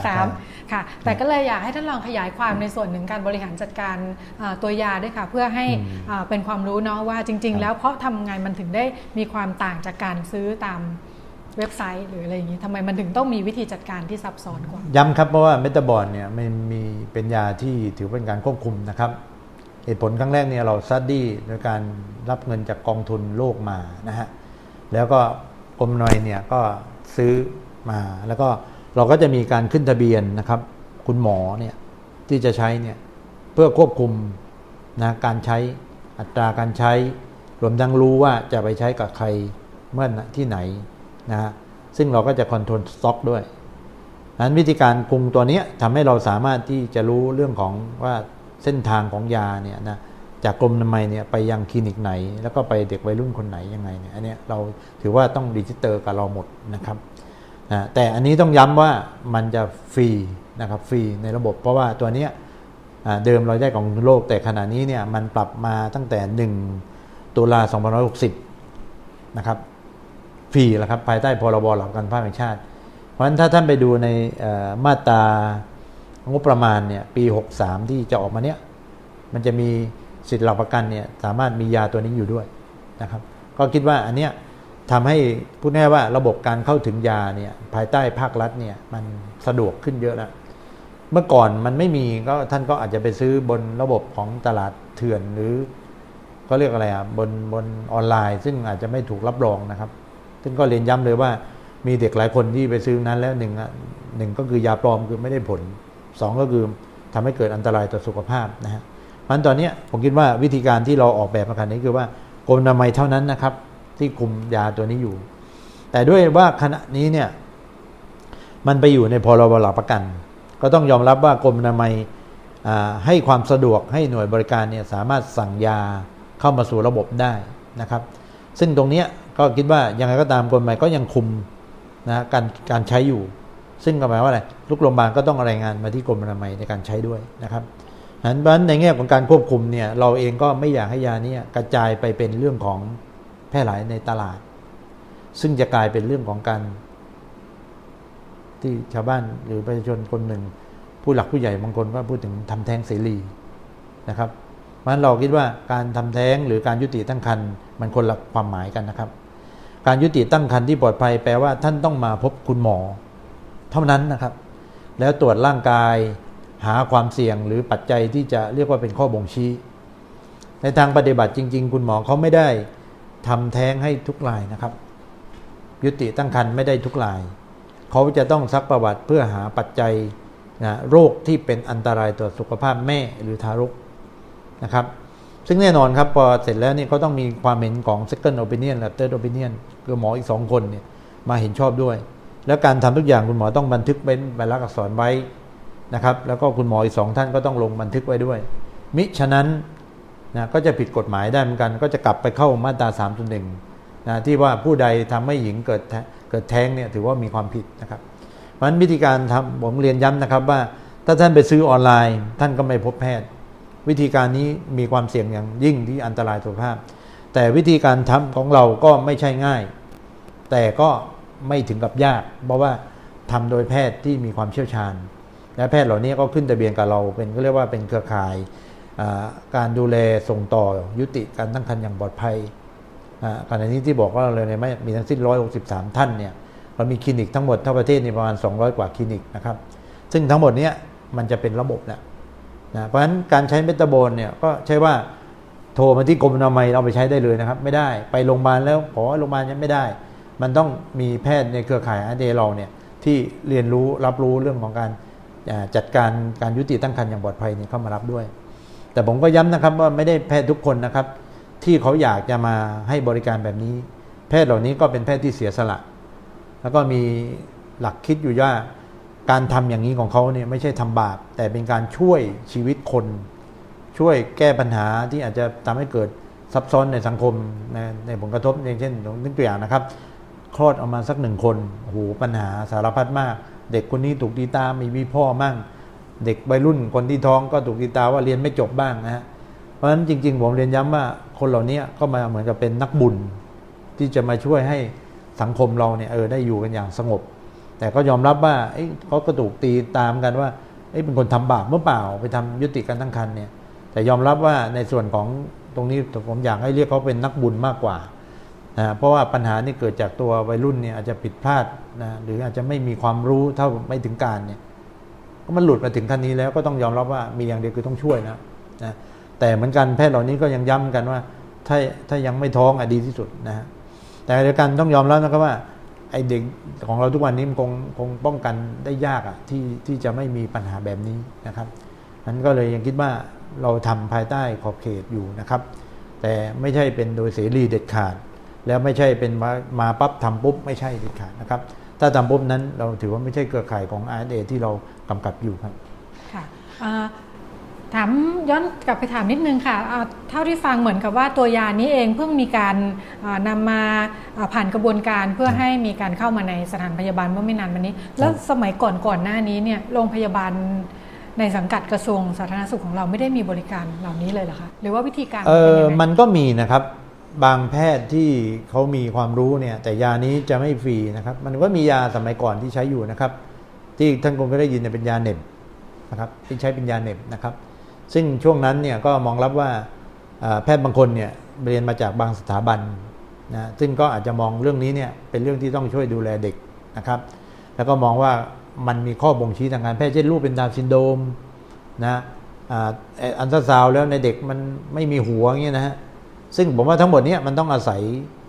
163ค่ะแต่ก็เลยอยากให้ท่านลองขยายความในส่วนหนึ่งการบริหารจัดการตัวยาด้วยค่ะเพื่อให้เป็นความรู้เนาะว่าจริงๆแล้วเพราะทำไงมันถึงได้มีความต่างจากการซื้อตามเว็บไซต์หรืออะไรอย่างนี้ทำไมมันถึงต้องมีวิธีจัดการที่ซับซ้อนกว่าย้ำครับเพราะว่าเมตาบอลเนี่ยมันมีเป็นยาที่ถือเป็นการควบคุมนะครับเหตุผลครั้งแรกเนี่ยเราซัดดี้โดยการรับเงินจากกองทุนโลกมานะฮะแล้วก็กรมนอยเนี่ยก็ซื้อมาแล้วก็เราก็จะมีการขึ้นทะเบียนนะครับคุณหมอเนี่ยที่จะใช้เนี่ยเพื่อควบคุมนะการใช้อัตราการใช้รวมทั้งรู้ว่าจะไปใช้กับใครเมื่อที่ไหนนะฮะซึ่งเราก็จะคอนโทรลสต็อกด้วยนั้นวิธีการคุมตัวนี้ทำให้เราสามารถที่จะรู้เรื่องของว่าเส้นทางของยาเนี่ยนะจากกรมอนามัยเนี่ยไปยังคลินิกไหนแล้วก็ไปเด็กวัยรุ่นคนไหนยังไงเนี่ยอันนี้เราถือว่าต้องดิจิเตอร์กับเราหมดนะครับแต่อันนี้ต้องย้ำว่ามันจะฟรีนะครับฟรีในระบบเพราะว่าตัวนี้เดิมเราได้ของโลกแต่ขณะนี้เนี่ยมันปรับมาตั้งแต่1ตุลา2560นะครับฟรีแล้วครับภายใต้พรบหลักประกันสุขภาพแห่งชาติเพราะฉะนั้นถ้าท่านไปดูในมาตรางบประมาณเนี่ยปี63ที่จะออกมาเนี่ยมันจะมีสิทธิหลักประกันเนี่ยสามารถมียาตัวนี้อยู่ด้วยนะครับก็คิดว่าอันเนี้ยทำให้พูดง่ายว่าระบบการเข้าถึงยาเนี่ยภายใต้ภาครัฐเนี่ยมันสะดวกขึ้นเยอะแล้วเมื่อก่อนมันไม่มีก็ท่านก็อาจจะไปซื้อบนระบบของตลาดเถื่อนหรือก็เรียกอะไรบนออนไลน์ซึ่งอาจจะไม่ถูกรับรองนะครับซึ่งก็เรียนย้ำเลยว่ามีเด็กหลายคนที่ไปซื้อนั้นแล้วหนึ่งก็คือยาปลอมคือไม่ได้ผล2ก็คือทำให้เกิดอันตรายต่อสุขภาพนะฮะเพราะฉะนั้นตอนนี้ผมคิดว่าวิธีการที่เราออกแบบมาขนาดนี้คือว่ากรมอนามัยเท่านั้นนะครับที่คุมยาตัวนี้อยู่แต่ด้วยว่าขณะนี้เนี่ยมันไปอยู่ในพรบหลักประกันก็ต้องยอมรับว่ากรมอนามัยให้ความสะดวกให้หน่วยบริการเนี่ยสามารถสั่งยาเข้ามาสู่ระบบได้นะครับซึ่งตรงนี้ก็คิดว่ายังไงก็ตามกรมอนามัยก็ยังคุมนะการใช้อยู่ซึ่งก็หมายว่าอะไรทุกโรงพยาบาลก็ต้องรายงานมาที่กรมอนามัยในการใช้ด้วยนะครับเพราะฉะนั้นในแง่ของการควบคุมเนี่ยเราเองก็ไม่อยากให้ยานี้กระจายไปเป็นเรื่องของแพร่หลายในตลาดซึ่งจะกลายเป็นเรื่องของการที่ชาวบ้านหรือประชาชนคนหนึ่งผู้หลักผู้ใหญ่บางคนก็พูดถึงทำแท้งเสรีนะครับเพราะฉะนั้นเราคิดว่าการทำแท้งหรือการยุติตั้งครรภ์มันคนละความหมายกันนะครับการยุติตั้งครรภ์ที่ปลอดภัยแปลว่าท่านต้องมาพบคุณหมอเท่านั้นนะครับแล้วตรวจร่างกายหาความเสี่ยงหรือปัจจัยที่จะเรียกว่าเป็นข้อบ่งชี้ในทางปฏิบัติจริงๆคุณหมอเขาไม่ได้ทำแท้งให้ทุกรายนะครับยุติตั้งครรภ์ไม่ได้ทุกรายเขาจะต้องซักประวัติเพื่อหาปัจจัยนะโรคที่เป็นอันตรายต่อสุขภาพแม่หรือทารกนะครับซึ่งแน่นอนครับพอเสร็จแล้วนี่เขาต้องมีความเห็นของ second opinion และ third opinion คือหมออีก2 คนเนี่ยมาเห็นชอบด้วยแล้วการทำทุกอย่างคุณหมอต้องบันทึกเป็นลายลักษณ์อักษรไว้นะครับแล้วก็คุณหมออีก2 ท่านก็ต้องลงบันทึกไว้ด้วยมิฉะนั้นนะก็จะผิดกฎหมายได้เหมือนกันก็จะกลับไปเข้ามาตรา 3.1 นะที่ว่าผู้ใดทำให้หญิงเกิดแท้งเนี่ยถือว่ามีความผิดนะครับเพราะฉะนั้นวิธีการทำผมเรียนย้ำนะครับว่าถ้าท่านไปซื้อออนไลน์ท่านก็ไม่พบแพทย์วิธีการนี้มีความเสี่ยงอย่างยิ่งที่อันตรายต่อสุขภาพแต่วิธีการทำของเราก็ไม่ใช่ง่ายแต่ก็ไม่ถึงกับยากเพราะว่าทำโดยแพทย์ที่มีความเชี่ยวชาญและแพทย์เหล่านี้ก็ขึ้นทะเบียนกับเราเป็นก็เรียกว่าเป็นเครือข่ายการดูแลส่งต่อยุติการตั้งครรภ์อย่างปลอดภัยขณะนี้ที่บอกว่าเราเนี่ยมีทั้งสิ้น163ท่านเนี่ยเรามีคลินิกทั้งหมดทั่วประเทศนี่ประมาณ200 กว่าคลินิกนะครับซึ่งทั้งหมดนี้มันจะเป็นระบบนะเพราะฉะนั้นการใช้เมตาโบลเนี่ยก็ใช่ว่าโทรมาที่กรมอนามัยเราไปใช้ได้เลยนะครับไม่ได้ไปโรงพยาบาลแล้วขอโรงพยาบาลยังไม่ได้มันต้องมีแพทย์ในเครือข่ายADเราเนี่ยที่เรียนรู้รับรู้เรื่องของการจัดการยุติตั้งครรภ์อย่างปลอดภัยนี่เข้ามารับด้วยแต่ผมก็ย้ำนะครับว่าไม่ได้แพทย์ทุกคนนะครับที่เขาอยากจะมาให้บริการแบบนี้แพทย์เหล่านี้ก็เป็นแพทย์ที่เสียสละแล้วก็มีหลักคิดอยู่ว่าการทำอย่างนี้ของเขาเนี่ยไม่ใช่ทำบาปแต่เป็นการช่วยชีวิตคนช่วยแก้ปัญหาที่อาจจะทำให้เกิดซับซ้อนในสังคมในผลกระทบอย่างเช่นนึกตัวอย่างนะครับคลอดออกมาสัก1 คนโอ้โหปัญหาสารพัดมากเด็กคนนี้ถูกตีตามีพ่อมั่งเด็กวัยรุ่นคนที่ท้องก็ถูกตีตาว่าเรียนไม่จบบ้างนะฮะเพราะฉะนั้นจริงๆผมเรียนย้ำว่าคนเหล่านี้ก็มาเหมือนกับเป็นนักบุญที่จะมาช่วยให้สังคมเราเนี่ยได้อยู่กันอย่างสงบแต่ก็ยอมรับว่าเขาก็ถูกตีตามกันว่าเป็นคนทำบาปเมื่อเปล่าไปทำยุติการตั้งครรภ์เนี่ยแต่ยอมรับว่าในส่วนของตรงนี้ผมอยากให้เรียกเขาเป็นนักบุญมากกว่าเพราะว่าปัญหานี่เกิดจากตัววัยรุ่นเนี่ยอาจจะผิดพลาดนะหรืออาจจะไม่มีความรู้เท่าไม่ถึงการเนี่ยก็มันหลุดมาถึงขั้นนี้แล้วก็ต้องยอมรับว่ามีอย่างเดียวคือต้องช่วยนะแต่เหมือนกันแพทย์เหล่านี้ก็ยังย้ำกันว่าถ้ายังไม่ท้องดีที่สุดนะฮะแต่เดียวกันต้องยอมรับนะครับว่าไอ้เด็กของเราทุกวันนี้มันคงป้องกันได้ยากที่จะไม่มีปัญหาแบบนี้นะครับนั้นก็เลยยังคิดว่าเราทำภายใต้ขอบเขตอยู่นะครับแต่ไม่ใช่เป็นโดยเสรีเด็ดขาดแล้วไม่ใช่เป็นมาปั๊บทำปุ๊บไม่ใช่เด็ดขาดนะครับถ้าทำปุ๊บนั้นเราถือว่าไม่ใช่เครือข่ายของ RSA ที่เรากำกับอยู่ครับค่ะถามย้อนกลับไปถามนิดนึงค่ะเท่าที่ฟังเหมือนกับว่าตัวยานี้เองเพิ่งมีการนำมาผ่านกระบวนการเพื่อให้มีการเข้ามาในสถานพยาบาลเมื่อไม่นานมานี้แล้วสมัยก่อนหน้านี้เนี่ยโรงพยาบาลในสังกัดกระทรวงสาธารณสุขของเราไม่ได้มีบริการเหล่านี้เลยเหรอคะหรือว่าวิธีการมันก็มีนะครับบางแพทย์ที่เขามีความรู้เนี่ยแต่ยานี้จะไม่ฟรีนะครับมันก็มียาสมัยก่อนที่ใช้อยู่นะครับที่ท่านคงได้ยินเป็นยาเน็บนะครับที่ใช้เป็นยาเน็บนะครับซึ่งช่วงนั้นเนี่ยก็มองรับว่าแพทย์บางคนเนี่ยเรียนมาจากบางสถาบันนะซึ่งก็อาจจะมองเรื่องนี้เนี่ยเป็นเรื่องที่ต้องช่วยดูแลเด็กนะครับแล้วก็มองว่ามันมีข้อบ่งชี้ทางการแพทย์เช่นลูกเป็นดาวน์ซินโดรมนะอัลตราซาวด์แล้วในเด็กมันไม่มีหัวอย่างเงี้ยนะฮะซึ่งผมว่าทั้งหมดนี้มันต้องอาศัย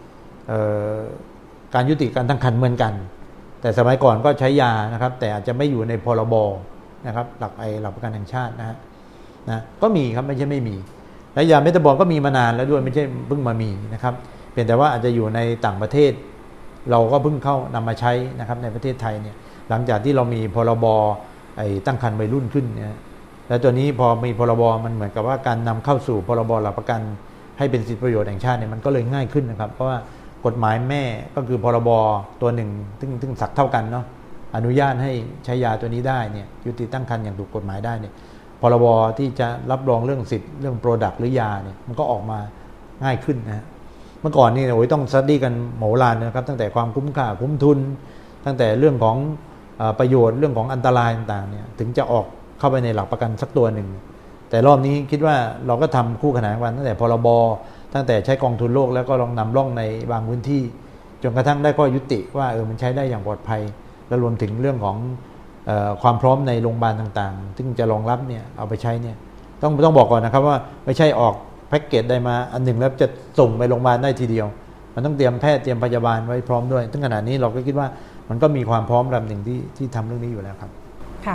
การยุติการตั้งครรภ์เหมือนกันแต่สมัยก่อนก็ใช้ยานะครับแต่อาจจะไม่อยู่ในพรบนะครับหลักประกันแห่งชาตินะก็มีครับไม่ใช่ไม่มีและยาเมตาบอลก็มีมานานแล้วด้วยไม่ใช่เพิ่งมามีนะครับเพียงแต่ว่าอาจจะอยู่ในต่างประเทศเราก็เพิ่งเข้านำมาใช้นะครับในประเทศไทยเนี่ยหลังจากที่เรามีพรบตั้งครรภ์วัยรุ่นขึ้นเนี่ยแล้วตัวนี้พอมีพรบมันเหมือนกับว่าการนำเข้าสู่พรบหลักประกันให้เป็นสิทธิประโยชน์แห่งชาติเนี่ยมันก็เลยง่ายขึ้นนะครับเพราะว่ากฎหมายแม่ก็คือพรบตัวหนึ่งซึ่งสักเท่ากันเนาะอนุญาตให้ใช้ยาตัวนี้ได้เนี่ยยุติตั้งครรภ์อย่างถูกกฎหมายได้เนี่ยพรบที่จะรับรองเรื่องสิทธิ์เรื่องโปรดักต์หรือยาเนี่ยมันก็ออกมาง่ายขึ้นนะเมื่อก่อนนี่ต้องสตี้กันโหมลานนะครับตั้งแต่ความคุ้มค่าคุ้มทุนตั้งแต่เรื่องของประโยชน์เรื่องของอันตรายต่างๆเนี่ยถึงจะออกเข้าไปในหลักประกันสักตัวหนึ่งแต่รอบนี้คิดว่าเราก็ทำคู่ขนานกันตั้งแต่พรบตั้งแต่ใช้กองทุนโลกแล้วก็ลองนำร่องในบางพื้นที่จนกระทั่งได้ข้อยุติว่ามันใช้ได้อย่างปลอดภัยและรวมถึงเรื่องของความพร้อมในโรงพยาบาลต่างๆซึ่งจะรองรับเนี่ยเอาไปใช้เนี่ยต้องบอกก่อนนะครับว่าไม่ใช่ออกแพ็กเกจได้มาอันหนึ่งแล้วจะส่งไปโรงพยาบาลได้ทีเดียวมันต้องเตรียมแพทย์เตรียมพยาบาลไว้พร้อมด้วยถึงขนาดนี้เราก็คิดว่ามันก็มีความพร้อมระดับหนึ่งที่ทำเรื่องนี้อยู่แล้วครับค่ะ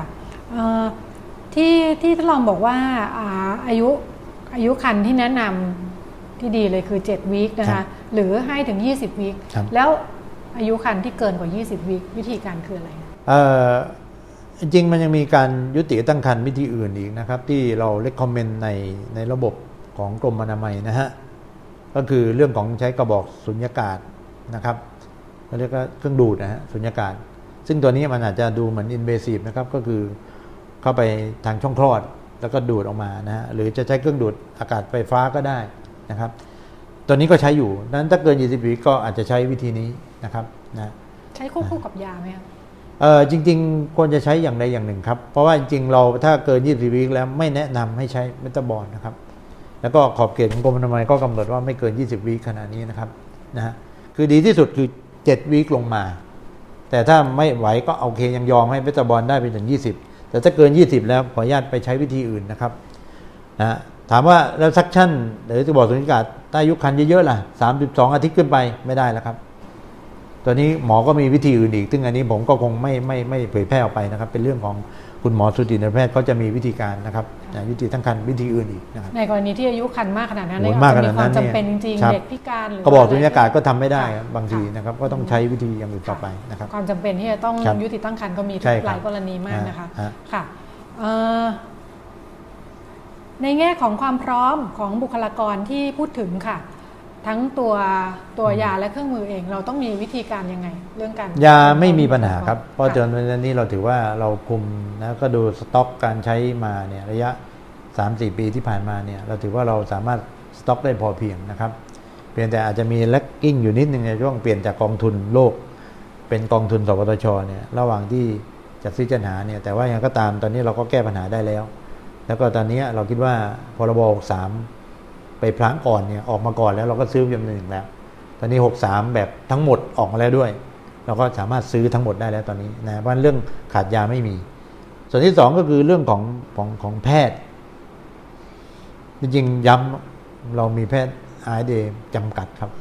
ที่ทดลองบอกว่าอายุครรภ์ที่แนะนำที่ดีเลยคือ7วีคนะคะหรือให้ถึง20วีคแล้วอายุครรภ์ที่เกินกว่า20วีควิธีการคืออะไรจริงมันยังมีการยุติตั้งครรภ์วิธีอื่นอีกนะครับที่เราเรคคอมเมนต์ในระบบของกรมอนามัยนะฮะก็คือเรื่องของใช้กระบอกสุญญากาศนะครับเขาเรียกว่าเครื่องดูดนะฮะสุญญากาศซึ่งตัวนี้มันอาจจะดูเหมือนอินเวซีฟนะครับก็คือเข้าไปทางช่องคลอดแล้วก็ดูดออกมานะฮะหรือจะใช้เครื่องดูดอากาศไฟฟ้าก็ได้นะครับตัวนี้ก็ใช้อยู่นั้นถ้าเกิน20วีก็อาจจะใช้วิธีนี้นะครับนะใช้ควบคู่กับยาไหมครับจริงๆควรจะใช้อย่างใดอย่างหนึ่งครับเพราะว่าจริงๆเราถ้าเกิน20วีแล้วไม่แนะนำให้ใช้เมตาบอลนะครับแล้วก็ขอบเขตของกรมอนามัยก็กำหนดว่าไม่เกิน20วีขนาดนี้นะครับนะฮะคือดีที่สุดคือ7วีลงมาแต่ถ้าไม่ไหวก็โอเคยังยอมให้เมตาบอลได้ไปถึง20แต่ถ้าเกิน20แล้วขออนุญาตไปใช้วิธีอื่นนะครับนะถามว่าแล้วซักชั่นหรือจะบอกสุญญากาศถ้าอายุครรภ์เยอะๆล่ะ32อาทิตย์ขึ้นไปไม่ได้แล้วครับตัวนี้หมอก็มีวิธีอื่นอีกซึ่งอันนี้ผมก็คงไม่เผยแพร่ออกไปนะครับเป็นเรื่องของคุณหมอสูตินรีแพทย์เขาจะมีวิธีการนะครับยุติตั้งครรภ์วิธีอื่นอีกนะครับในกรณีที่อายุครรภ์มากขนาดนั้นอาจจะมีความจำเป็นจริงๆเด็กพิการหรือกระบอกสุญญากาศก็ทำไม่ได้บางทีนะครับก็ต้องใช้วิธีอย่างอื่นต่อไปนะครับความจำเป็นที่จะต้องยุติตั้งครรภ์ก็มีหลายกรณีมากนะคะค่ะในแง่ของความพร้อมของบุคลากรที่พูดถึงค่ะทั้งตัวยาและเครื่องมือเองเราต้องมีวิธีการยังไงเรื่องการยาไม่มีปัญหาครับเพราะจนวันนี้เราถือว่าเราคุมนะก็ดูสต็อกการใช้มาเนี่ยระยะ 3-4 ปีที่ผ่านมาเนี่ยเราถือว่าเราสามารถสต็อกได้พอเพียงนะครับเพียงแต่อาจจะมีแลกกิ้งอยู่นิดนึงในช่วงเปลี่ยนจากกองทุนโลกเป็นกองทุนสปทชเนี่ยระหว่างที่จัดซื้อจัดหาเนี่ยแต่ว่ายังก็ตามตอนนี้เราก็แก้ปัญหาได้แล้วแล้วก็ตอนนี้เราคิดว่าพรบ63ไปพลางก่อนเนี่ยออกมาก่อนแล้วเราก็ซื้อจำนวนหนึ่งแล้วตอนนี้63แบบทั้งหมดออกมาแล้วด้วยเราก็สามารถซื้อทั้งหมดได้แล้วตอนนี้นะเพราะเรื่องขาดยาไม่มีส่วนที่2ก็คือเรื่องของแพทย์จริงๆย้ำเรามีแพทย์ RD จำกัดครับ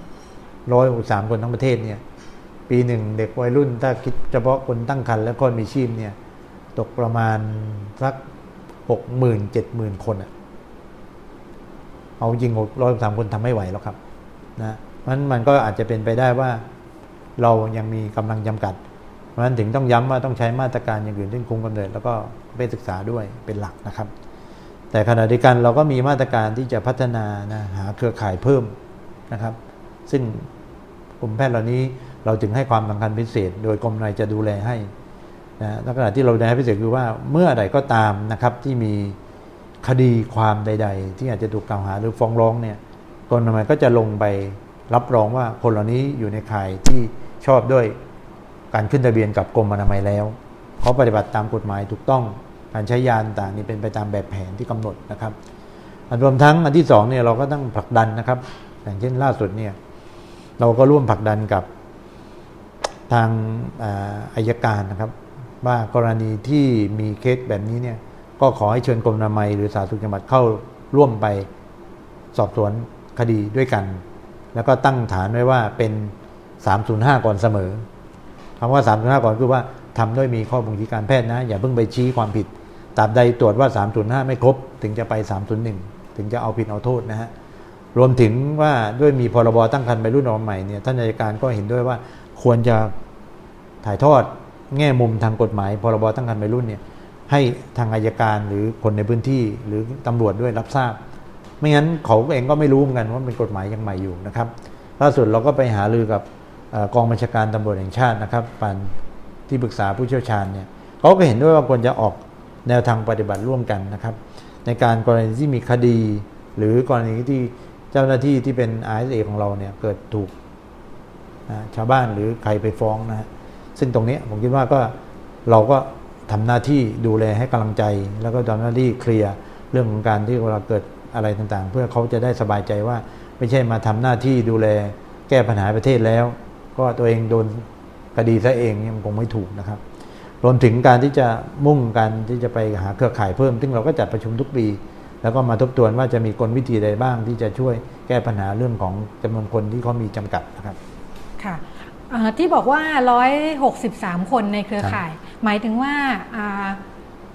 163คนทั้งประเทศเนี่ยปีหนึ่งเด็กวัยรุ่นถ้าคิดเฉพาะคนตั้งครรภ์และคนมีชีพเนี่ยตกประมาณสัก 60,000-70,000 คนอะเอาจริง103คนทำไม่ไหวแล้วครับนะมันก็อาจจะเป็นไปได้ว่าเรายังมีกำลังจำกัดเพราะฉะนั้นถึงต้องย้ำว่าต้องใช้มาตรการอย่างอื่นเช่นคุมกำเนิดแล้วก็ไปศึกษาด้วยเป็นหลักนะครับแต่ขณะเดียวกันเราก็มีมาตรการที่จะพัฒนานะหาเครือข่ายเพิ่มนะครับซึ่งกลุ่มแพทย์เหล่านี้เราจึงให้ความสำคัญพิเศษโดยกรมนายจะดูแลให้นะลักษณะที่เราดูแลพิเศษคือว่าเมื่อใดก็ตามนะครับที่มีคดีความใดๆที่อาจจะถูกกล่าวหาหรือฟ้องร้องเนี่ยกรมอนามัยก็จะลงไปรับรองว่าคนเหล่านี้อยู่ในข่ายที่ชอบด้วยการขึ้นทะเบียนกับกรมอนามัยแล้วเขาปฏิบัติตามกฎหมายถูกต้องการใช้ยาต่างๆนี่เป็นไปตามแบบแผนที่กำหนดนะครับรวมทั้งอันที่2เนี่ยเราก็ต้องผลักดันนะครับอย่างเช่นล่าสุดเนี่ยเราก็ร่วมผลักดันกับทางอัยการนะครับว่ากรณีที่มีเคสแบบนี้เนี่ยก็ขอให้เชิญกรมอนามัยหรือสาธารณสุขจังหวัดเข้าร่วมไปสอบสวนคดีด้วยกันแล้วก็ตั้งฐานไว้ว่าเป็น305ก่อนเสมอคำว่า305ก่อนคือว่าทำด้วยมีข้อบ่งชี้การแพทย์นะอย่าเพิ่งไปชี้ความผิดตราบใดตรวจว่า305ไม่ครบถึงจะไป301ถึงจะเอาผิดเอาโทษนะฮะรวมถึงว่าด้วยมีพรบตั้งครรภ์วัยรุ่นออกใหม่เนี่ยท่านอัยการก็เห็นด้วยว่าควรจะถ่ายทอดแง่มุมทางกฎหมายพรบตั้งครรภ์วัยรุ่นเนี่ยให้ทางอัยการหรือคนในพื้นที่หรือตำรวจด้วยรับทราบไม่งั้นเขาเองก็ไม่รู้เหมือนกันว่าเป็นกฎหมายยังใหม่อยู่นะครับล่าสุดเราก็ไปหารือกับกองบัญชาการตำรวจแห่งชาตินะครับผ่านที่ปรึกษาผู้เชี่ยวชาญเนี่ยเขาก็เห็นด้วยว่าควรจะออกแนวทางปฏิบัติร่วมกันนะครับในการกรณีที่มีคดีหรือกรณีที่เจ้าหน้าที่ที่เป็น RSA ของเราเนี่ยเกิดถูกชาวบ้านหรือใครไปฟ้องนะฮะซึ่งตรงนี้ผมคิดว่าก็เราก็ทำหน้าที่ดูแลให้กำลังใจแล้วก็ทำหน้าที่เคลียร์เรื่องของการที่เวลาเกิดอะไรต่างๆเพื่อเขาจะได้สบายใจว่าไม่ใช่มาทำหน้าที่ดูแลแก้ปัญหาประเทศแล้วก็ตัวเองโดนคดีซะเองเนี่ยมันคงไม่ถูกนะครับรวมถึงการที่จะมุ่งการที่จะไปหาเครือข่ายเพิ่มซึ่งเราก็จัดประชุมทุกปีแล้วก็มาทบทวนว่าจะมีกลวิธีใดบ้างที่จะช่วยแก้ปัญหาเรื่องของจำนวนคนที่เขามีจำกัดนะครับค่ะที่บอกว่า163คนในเครือข่ายหมายถึงว่า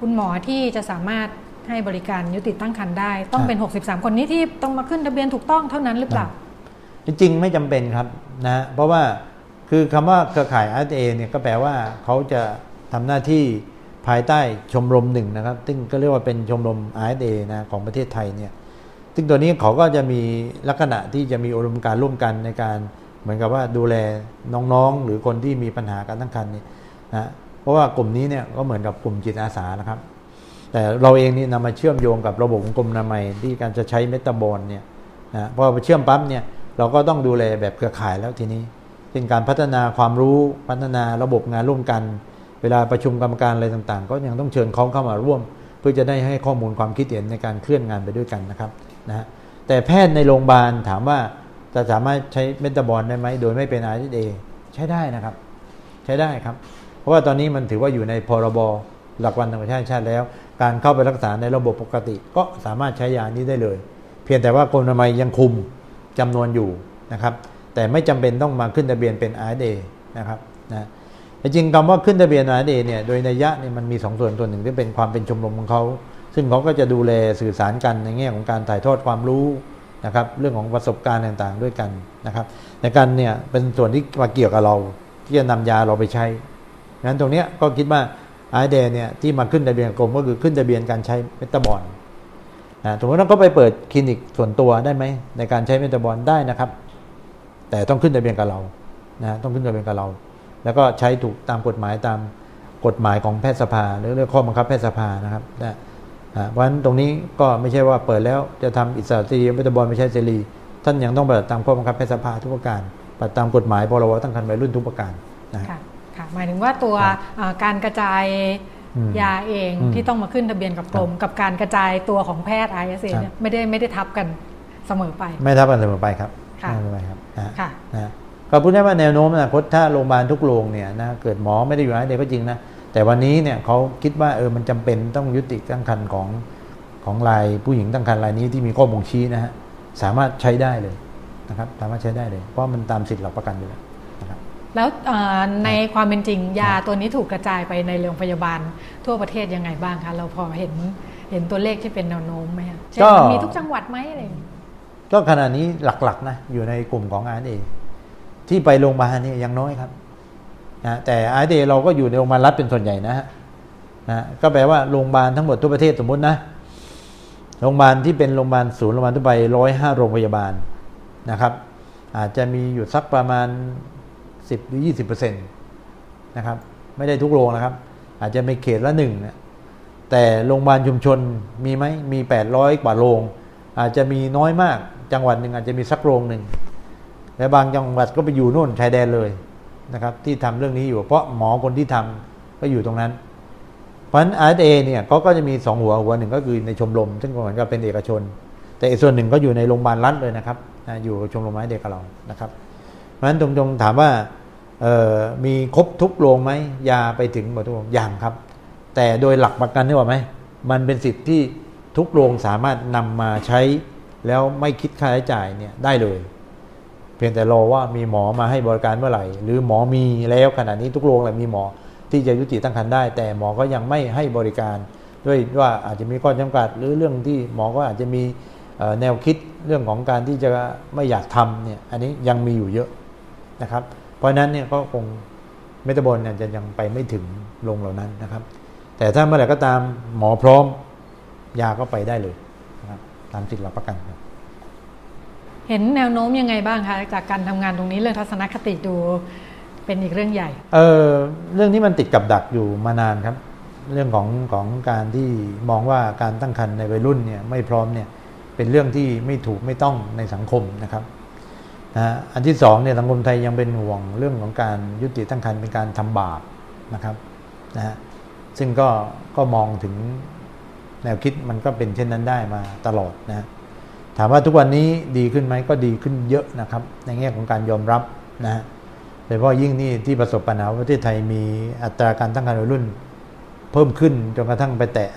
คุณหมอที่จะสามารถให้บริการยุติตั้งครรภ์ได้ต้องเป็น63คนนี้ที่ต้องมาขึ้นทะเบียนถูกต้องเท่านั้นหรือเปล่าจริงๆไม่จำเป็นครับนะเพราะว่าคือคำว่าเครือข่าย RSA เนี่ยก็แปลว่าเขาจะทำหน้าที่ภายใต้ชมรมหนึ่งนะครับซึ่งก็เรียกว่าเป็นชมรม RSA นะของประเทศไทยเนี่ยซึ่งตัวนี้เขาก็จะมีลักษณะที่จะมีอุดมการณ์ร่วมกันในการเหมือนกับว่าดูแลน้องๆหรือคนที่มีปัญหาการตั้งครรภ์นี่นะเพราะว่ากลุ่มนี้เนี่ยก็เหมือนกับกลุ่มจิตอาสานะครับแต่เราเองนี่นำมาเชื่อมโยงกับระบบของกรมอนามัยที่การจะใช้เมตาบอลเนี่ยนะพอไปเชื่อมปั๊บเนี่ยเราก็ต้องดูแลแบบเครือข่ายแล้วทีนี้เป็นการพัฒนาความรู้พัฒนาระบบงานร่วมกันเวลาประชุมกรรมการอะไรต่างๆก็ยังต้องเชิญเขาเข้ามาร่วมเพื่อจะได้ให้ข้อมูลความคิดเห็นในการเคลื่อนงานไปด้วยกันนะครับนะแต่แพทย์ในโรงพยาบาลถามว่าจะสามารถใช้เมตาบอลได้ไหมโดยไม่เป็น RSA ใช้ได้นะครับใช้ได้ครับเพราะว่าตอนนี้มันถือว่าอยู่ในพรบหลักวันธรรมชาติชาติแล้วการเข้าไปรักษาในระบบปกติก็สามารถใช้ยานี้ได้เลยเพียงแต่ว่ากรมอนามัยยังคุมจำนวนอยู่นะครับแต่ไม่จำเป็นต้องมาขึ้นทะเบียนเป็น RSA นะครับนะจริงคำว่าขึ้นทะเบียน RSA เนี่ยโดยนัยยะเนี่ยมันมี2ส่วนตัวหนึ่งที่เป็นความเป็นชมรมของเขาซึ่งเขาก็จะดูแลสื่อสารกันในแง่ของการถ่ายทอดความรู้นะครับเรื่องของประสบการณ์ต่างๆด้วยกันนะครับในการเนี่ยเป็นส่วนที่มาเกี่ยวกับเราที่จะนำยาเราไปใช้งั้นตรงนี้ก็คิดว่าRSAเนี่ยที่มาขึ้นทะเบียนกรมก็คือขึ้นทะเบียนการใช้เมตาบอลสมมติว่าเขาไปเปิดคลินิกส่วนตัวได้ไหมในการใช้เมตาบอลได้นะครับแต่ต้องขึ้นทะเบียนกับเรานะต้องขึ้นทะเบียนกับเราแล้วก็ใช้ถูกตามกฎหมายของแพทยสภาหรือเรื่องข้อบังคับแพทยสภานะครับเพราะฉะนั้นตรงนี้ก็ไม่ใช่ว่าเปิดแล้วจะทำอิสระเสรีเมตาบอลไม่ใช่เสรีท่านยังต้องปฏิบัติตามข้อบังคับแพทยสภาทุกประการปฏิบัติตามกฎหมายพรบตั้งครรภ์วัยรุ่นทุกประการนะค่ะหมายถึงว่าตัวการกระจายยาเองที่ต้องมาขึ้นทะเบียนกับกรมกับการกระจายตัวของแพทย์ RSA เนี่ยไม่ได้ทับกันเสมอไปไม่ทับกันเสมอไปครับไม่เสมอไปครับนะก็พูดได้ว่าแนวโน้มอนาคตถ้าโรงพยาบาลทุกโรงเนี่ยนะเกิดหมอไม่ได้อยู่RSAก็จริงนะแต่วันนี้เนี่ยเขาคิดว่ามันจำเป็นต้องยุติตั้งครรภ์ของรายผู้หญิงตั้งครรภ์รายนี้ที่มีข้อบ่งชี้นะฮะสามารถใช้ได้เลยนะครับสามารถใช้ได้เลยเพราะมันตามสิทธิหลักประกันอยู่แล้วนะครับแล้วในความเป็นจริงยาตัวนี้ถูกกระจายไปในโรงพยาบาลทั่วประเทศยังไงบ้างคะเราพอเห็นตัวเลขที่เป็นแนวโน้มไหมคะเช่นมีทุกจังหวัดไหมอะไรก็ขณะนี้หลักๆนะอยู่ในกลุ่มของ RSA ที่ไปโรงพยาบาลนี่ยังน้อยครับนะแต่ RSA เราก็อยู่ในโรงพยาบาลรัฐเป็นส่วนใหญ่นะก็แปลว่าโรงพยาบาลทั้งหมดทั่วประเทศสมมตินะโรงพยาบาลที่เป็นโรงพยาบาลศูนย์โรงพยาบาลทั่วไป105โรงพยาบาลนะครับอาจจะมีอยู่สักประมาณ10 หรือ 20% นะครับไม่ได้ทุกโรงนะครับอาจจะมีเขตละ1นะแต่โรงพยาบาลชุมชนมีไหมมี800กว่าโรงอาจจะมีน้อยมากจังหวัดหนึ่งอาจจะมีสักโรงหนึ่งและบางจังหวัดก็ไปอยู่โน่นชายแดนเลยนะครับที่ทำเรื่องนี้อยู่เพราะหมอคนที่ทำก็อยู่ตรงนั้นเพราะฉะนั้น RSA เนี่ยเขาก็จะมี2หัวหนึ่งก็คือในชมรมซึ่งเหมือนกับเป็นเอกชนแต่อีกส่วนหนึ่งก็อยู่ในโรงพยาบาลรัฐเลยนะครับอยู่ชมรมRSAกับเรานะครับเพราะฉะนั้นตรงถามว่ามีครบทุกโรงไหมยาไปถึงหมดทุกโรงอย่างครับแต่โดยหลักประกันนี่ว่าไหมมันเป็นสิทธิ์ที่ทุกโรงสามารถนำมาใช้แล้วไม่คิดค่าใช้จ่ายเนี่ยได้เลยเพียงแต่รอว่ามีหมอมาให้บริการเมื่อไหร่หรือหมอมีแล้วขณะนี้ทุกโรงเลยมีหมอที่จะยุติตั้งครรภ์ได้แต่หมอก็ยังไม่ให้บริการด้วยว่าอาจจะมีข้อจำกัดหรือเรื่องที่หมอก็อาจจะมีแนวคิดเรื่องของการที่จะไม่อยากทำเนี่ยอันนี้ยังมีอยู่เยอะนะครับเพราะนั้นเนี่ยก็คงเมตาบอลเนี่ยจะยังไปไม่ถึงโรงเหล่านั้นนะครับแต่ถ้าเมื่อไหร่ก็ตามหมอพร้อมยาก็ไปได้เลยนะครับตามสิทธิหลักประกันครับเห็นแนวโน้มยังไงบ้างคะจากการทำงานตรงนี้เรื่องทัศนคติดูเป็นอีกเรื่องใหญ่เรื่องนี้มันติดกับดักอยู่มานานครับเรื่องของการที่มองว่าการตั้งครรภ์ในวัยรุ่นเนี่ยไม่พร้อมเนี่ยเป็นเรื่องที่ไม่ถูกไม่ต้องในสังคมนะครับอันที่2เนี่ยสังคมไทยยังเป็นห่วงเรื่องของการยุติตั้งครรภ์เป็นการทำบาปนะครับซึ่งก็มองถึงแนวคิดมันก็เป็นเช่นนั้นได้มาตลอดนะถามว่าทุกวันนี้ดีขึ้นไหมก็ดีขึ้นเยอะนะครับในแง่ของการยอมรับนะโดยเฉพาะยิ่งนี่ที่ประสบปัญหาประเทศไทยมีอัตราการตั้งครรภ์วัยรุ่นเพิ่มขึ้นจนกระทั่งไปแตะ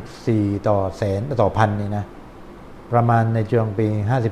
54ต่อแสนต่อพันนี่นะประมาณในช่วงปี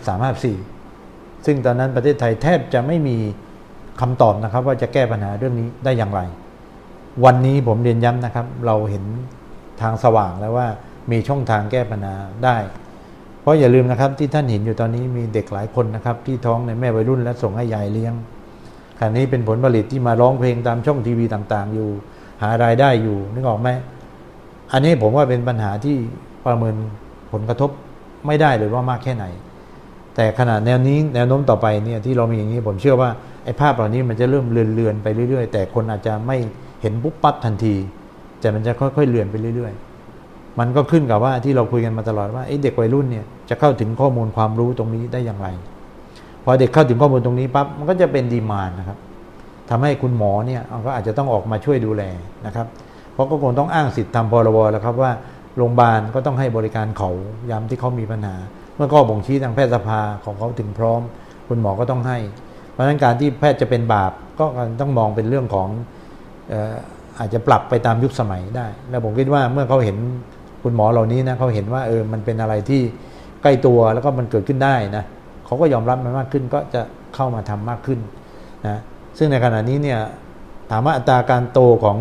53-54ซึ่งตอนนั้นประเทศไทยแทบจะไม่มีคำตอบนะครับว่าจะแก้ปัญหาเรื่องนี้ได้อย่างไรวันนี้ผมเรียนย้ำนะครับเราเห็นทางสว่างแล้วว่ามีช่องทางแก้ปัญหาได้เพราะอย่าลืมนะครับที่ท่านเห็นอยู่ตอนนี้มีเด็กหลายคนนะครับที่ท้องในแม่วัยรุ่นและส่งให้ยายเลี้ยงขณะนี้เป็นผลผลิตที่มาร้องเพลงตามช่องทีวีต่างๆอยู่หารายได้อยู่นึกออกไหมอันนี้ผมว่าเป็นปัญหาที่ประเมินผลกระทบไม่ได้เลยว่ามากแค่ไหนแต่ขณะแนวโน้มต่อไปเนี่ยที่เรามีอย่างนี้ผมเชื่อว่าไอ้ภาพเหล่านี้มันจะเริ่มเลือนไปเรื่อยๆแต่คนอาจจะไม่เห็นปุ๊บปั๊บทันทีแต่มันจะค่อยๆเลือนไปเรื่อยๆมันก็ขึ้นกับว่าที่เราคุยกันมาตลอดว่าเด็กวัยรุ่นเนี่ยจะเข้าถึงข้อมูลความรู้ตรงนี้ได้อย่างไรพอเด็กเข้าถึงข้อมูลตรงนี้ปั๊บมันก็จะเป็นดีมานด์นะครับทำให้คุณหมอเนี่ยก็อาจจะต้องออกมาช่วยดูแลนะครับเพราะก็คงต้องอ้างสิทธิ์ทำพรบแล้วครับว่าโรงพยาบาลก็ต้องให้บริการเขายามที่เขามีปัญหาเมื่อข้อบ่งชี้ทางแพทยสภาของเขาถึงพร้อมคุณหมอก็ต้องให้เพราะฉะนั้นการที่แพทย์จะเป็นบาปก็ต้องมองเป็นเรื่องของอาจจะปรับไปตามยุคสมัยได้แล้วผมคิดว่าเมื่อเขาเห็นคุณหมอเหล่านี้นะเขาเห็นว่ามันเป็นอะไรที่ใกล้ตัวแล้วก็มันเกิดขึ้นได้นะเขาก็ยอมรับมันมากขึ้นก็จะเข้ามาทำมากขึ้นนะซึ่งในขณะนี้เนี่ยถามว่าอัตราการโตของ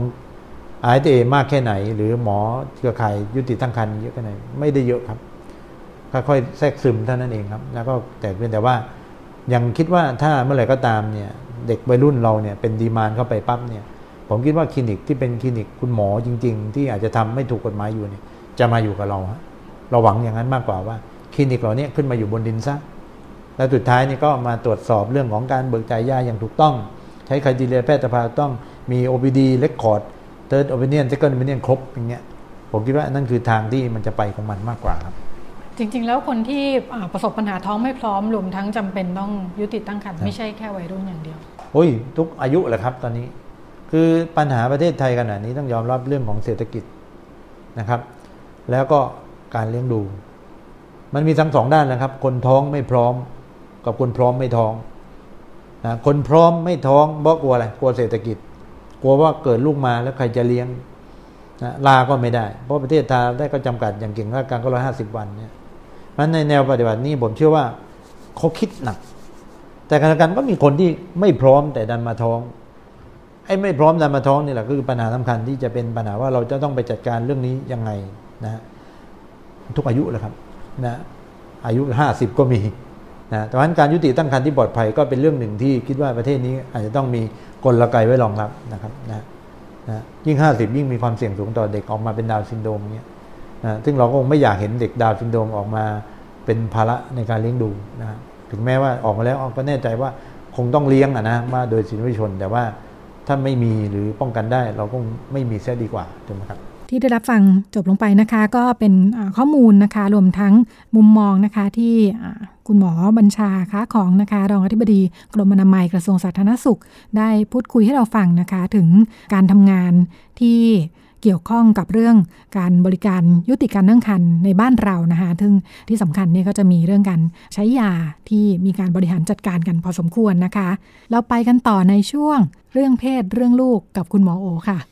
RSA มากแค่ไหนหรือหมอเครือข่ายยุติตั้งครรภ์เยอะแค่ไหนไม่ได้เยอะครับค่อยๆแทรกซึมเท่านั้นเองครับแล้วก็แต่ว่ายังคิดว่าถ้าเมื่อไหร่ก็ตามเนี่ยเด็กวัยรุ่นเราเนี่ยเป็นดีมานด์เข้าไปปั๊บเนี่ยผมคิดว่าคลินิกที่เป็นคลินิกคุณหมอจริงๆที่อาจจะทำไม่ถูกกฎหมายอยู่เนี่ยจะมาอยู่กับเราฮะเราหวังอย่างนั้นมากกว่าว่าคลินิกเหล่านี้ขึ้นมาอยู่บนดินซะแล้วสุดท้ายนี่ก็มาตรวจสอบเรื่องของการเบิกจ่ายยาอย่างถูกต้องใช้ไครทีเรียแพทยสภาต้องมี OPD Record Third Opinion Second Opinion ครบอย่างเงี้ยผมคิดว่านั่นคือทางที่มันจะไปของมันมากกว่าครับจริงๆแล้วคนที่ประสบปัญหาท้องไม่พร้อมรวมทั้งจำเป็นต้องยุติตั้งครรภ์ไม่ใช่แค่วัยรุ่นอย่างเดียวโอ้ยทุกอายุแหละครับตอนนี้คือปัญหาประเทศไทยขณะนี้ต้องยอมรับเรื่องของเศรษฐกิจนะครับแล้วก็การเลี้ยงดูมันมีทั้งสองด้านนะครับคนท้องไม่พร้อมกับคนพร้อมไม่ท้องนะคนพร้อมไม่ท้องเพราะกลัวอะไรกลัวเศรษฐกิจกลัวว่าเกิดลูกมาแล้วใครจะเลี้ยงนะลาก็ไม่ได้เพราะประเทศไทยได้ก็จำกัดอย่างเก่งราชการก็150 วันเนี่ยเพราะในแนวปฏิบัตินี้ผมเชื่อว่าเขาคิดหนักแต่ขณะเดียวกันก็มีคนที่ไม่พร้อมแต่ดันมาท้องไอ้ไม่พร้อมดันมาท้องนี่แหละคือปัญหาสำคัญที่จะเป็นปัญหาว่าเราจะต้องไปจัดการเรื่องนี้ยังไงนะทุกอายุเลยครับนะอายุ50ก็มีนะแต่ว่าการยุติตั้งครรภ์ที่ปลอดภัยก็เป็นเรื่องหนึ่งที่คิดว่าประเทศนี้อาจจะต้องมีกลไกไว้รองรับนะครับนะยิ่ง50ยิ่งมีความเสี่ยงสูงต่อเด็กออกมาเป็นดาวน์ซินโดรมเงี้ยนะซึ่งเราก็คงไม่อยากเห็นเด็กดาวน์ซินโดรมออกมาเป็นภาระในการเลี้ยงดูนะถึงแม้ว่าออกมาแล้วก็แน่ใจว่าคงต้องเลี้ยงนะมาโดยสิทธิชนแต่ว่าถ้าไม่มีหรือป้องกันได้เราก็ไม่มีเสียดีกว่าถูกไหมครับที่ได้รับฟังจบลงไปนะคะก็เป็นข้อมูลนะคะรวมทั้งมุมมองนะคะที่คุณหมอบัญชาค้าของนะคะรองอธิบดีกรมอนามัยกระทรวงสาธารณสุขได้พูดคุยให้เราฟังนะคะถึงการทำงานที่เกี่ยวข้องกับเรื่องการบริการยุติการตั้งครรภ์ในบ้านเรานะคะซึ่งที่สำคัญเนี่ยก็จะมีเรื่องการใช้ยาที่มีการบริหารจัดการกันพอสมควรนะคะเราไปกันต่อในช่วงเรื่องเพศเรื่องลูกกับคุณหมอโอค่ะ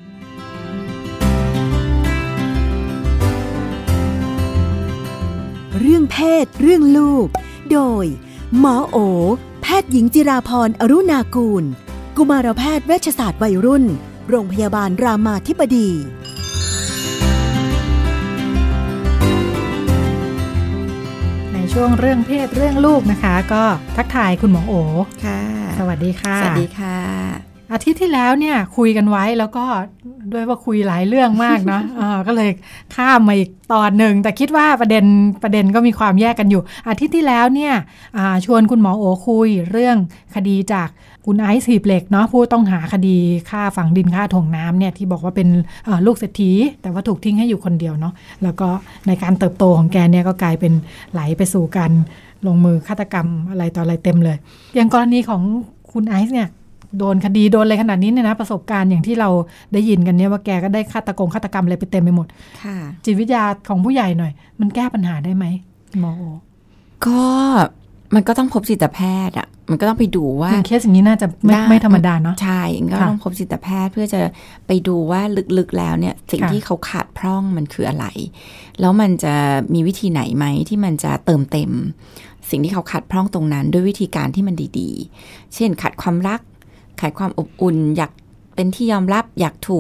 เรื่องเพศเรื่องลูกโดยหมอโอแพทย์หญิงจิราพรอรุณากูลกุมารแพทย์เวชศาสตร์วัยรุ่นโรงพยาบาลรามาธิบดีในช่วงเรื่องเพศเรื่องลูกนะคะก็ทักทายคุณหมอโอค่ะสวัสดีค่ะสวัสดีค่ะอาทิตย์ที่แล้วเนี่ยคุยกันไว้แล้วก็ด้วยว่าคุยหลายเรื่องมากเนาะก็เลยข้ามมาอีกตอนหนึ่งแต่คิดว่าประเด็นก็มีความแยกกันอยู่อาทิตย์ที่แล้วเนี่ยชวนคุณหมอโอคุยเรื่องคดีจากคุณไอซ์หีบเหล็กเนาะผู้ต้องหาคดีฆ่าฝังดินฆ่าถ่วงน้ำเนี่ยที่บอกว่าเป็นลูกเศรษฐีแต่ว่าถูกทิ้งให้อยู่คนเดียวเนาะแล้วก็ในการเติบโตของแกเนี่ยก็กลายเป็นไหลไปสู่การลงมือฆาตกรรมอะไรต่ออะไรเต็มเลยอย่างกรณีของคุณไอซ์เนี่ยโดนคดีโดนอะไรขนาดนี้เนี่ยนะประสบการณ์อย่างที่เราได้ยินกันเนี่ยว่าแกก็ได้ฆาตกรรมอะไรไปเต็มไปหมดจิตวิทยาของผู้ใหญ่หน่อยมันแก้ปัญหาได้ไหมหมอก็มันก็ต้องพบจิตแพทย์อ่ะมันก็ต้องไปดูว่าเคสอย่างนี้น่าจะไม่ธรรมดาเนาะใช่ก็ต้องพบจิตแพทย์เพื่อจะไปดูว่าลึกๆแล้วเนี่ยสิ่งที่เขาขาดพร่องมันคืออะไรแล้วมันจะมีวิธีไหนไหมที่มันจะเติมเต็มสิ่งที่เขาขาดพร่องตรงนั้นด้วยวิธีการที่มันดีๆเช่นขาดความรักขาดความอบอุ่นอยากเป็นที่ยอมรับอยากถูก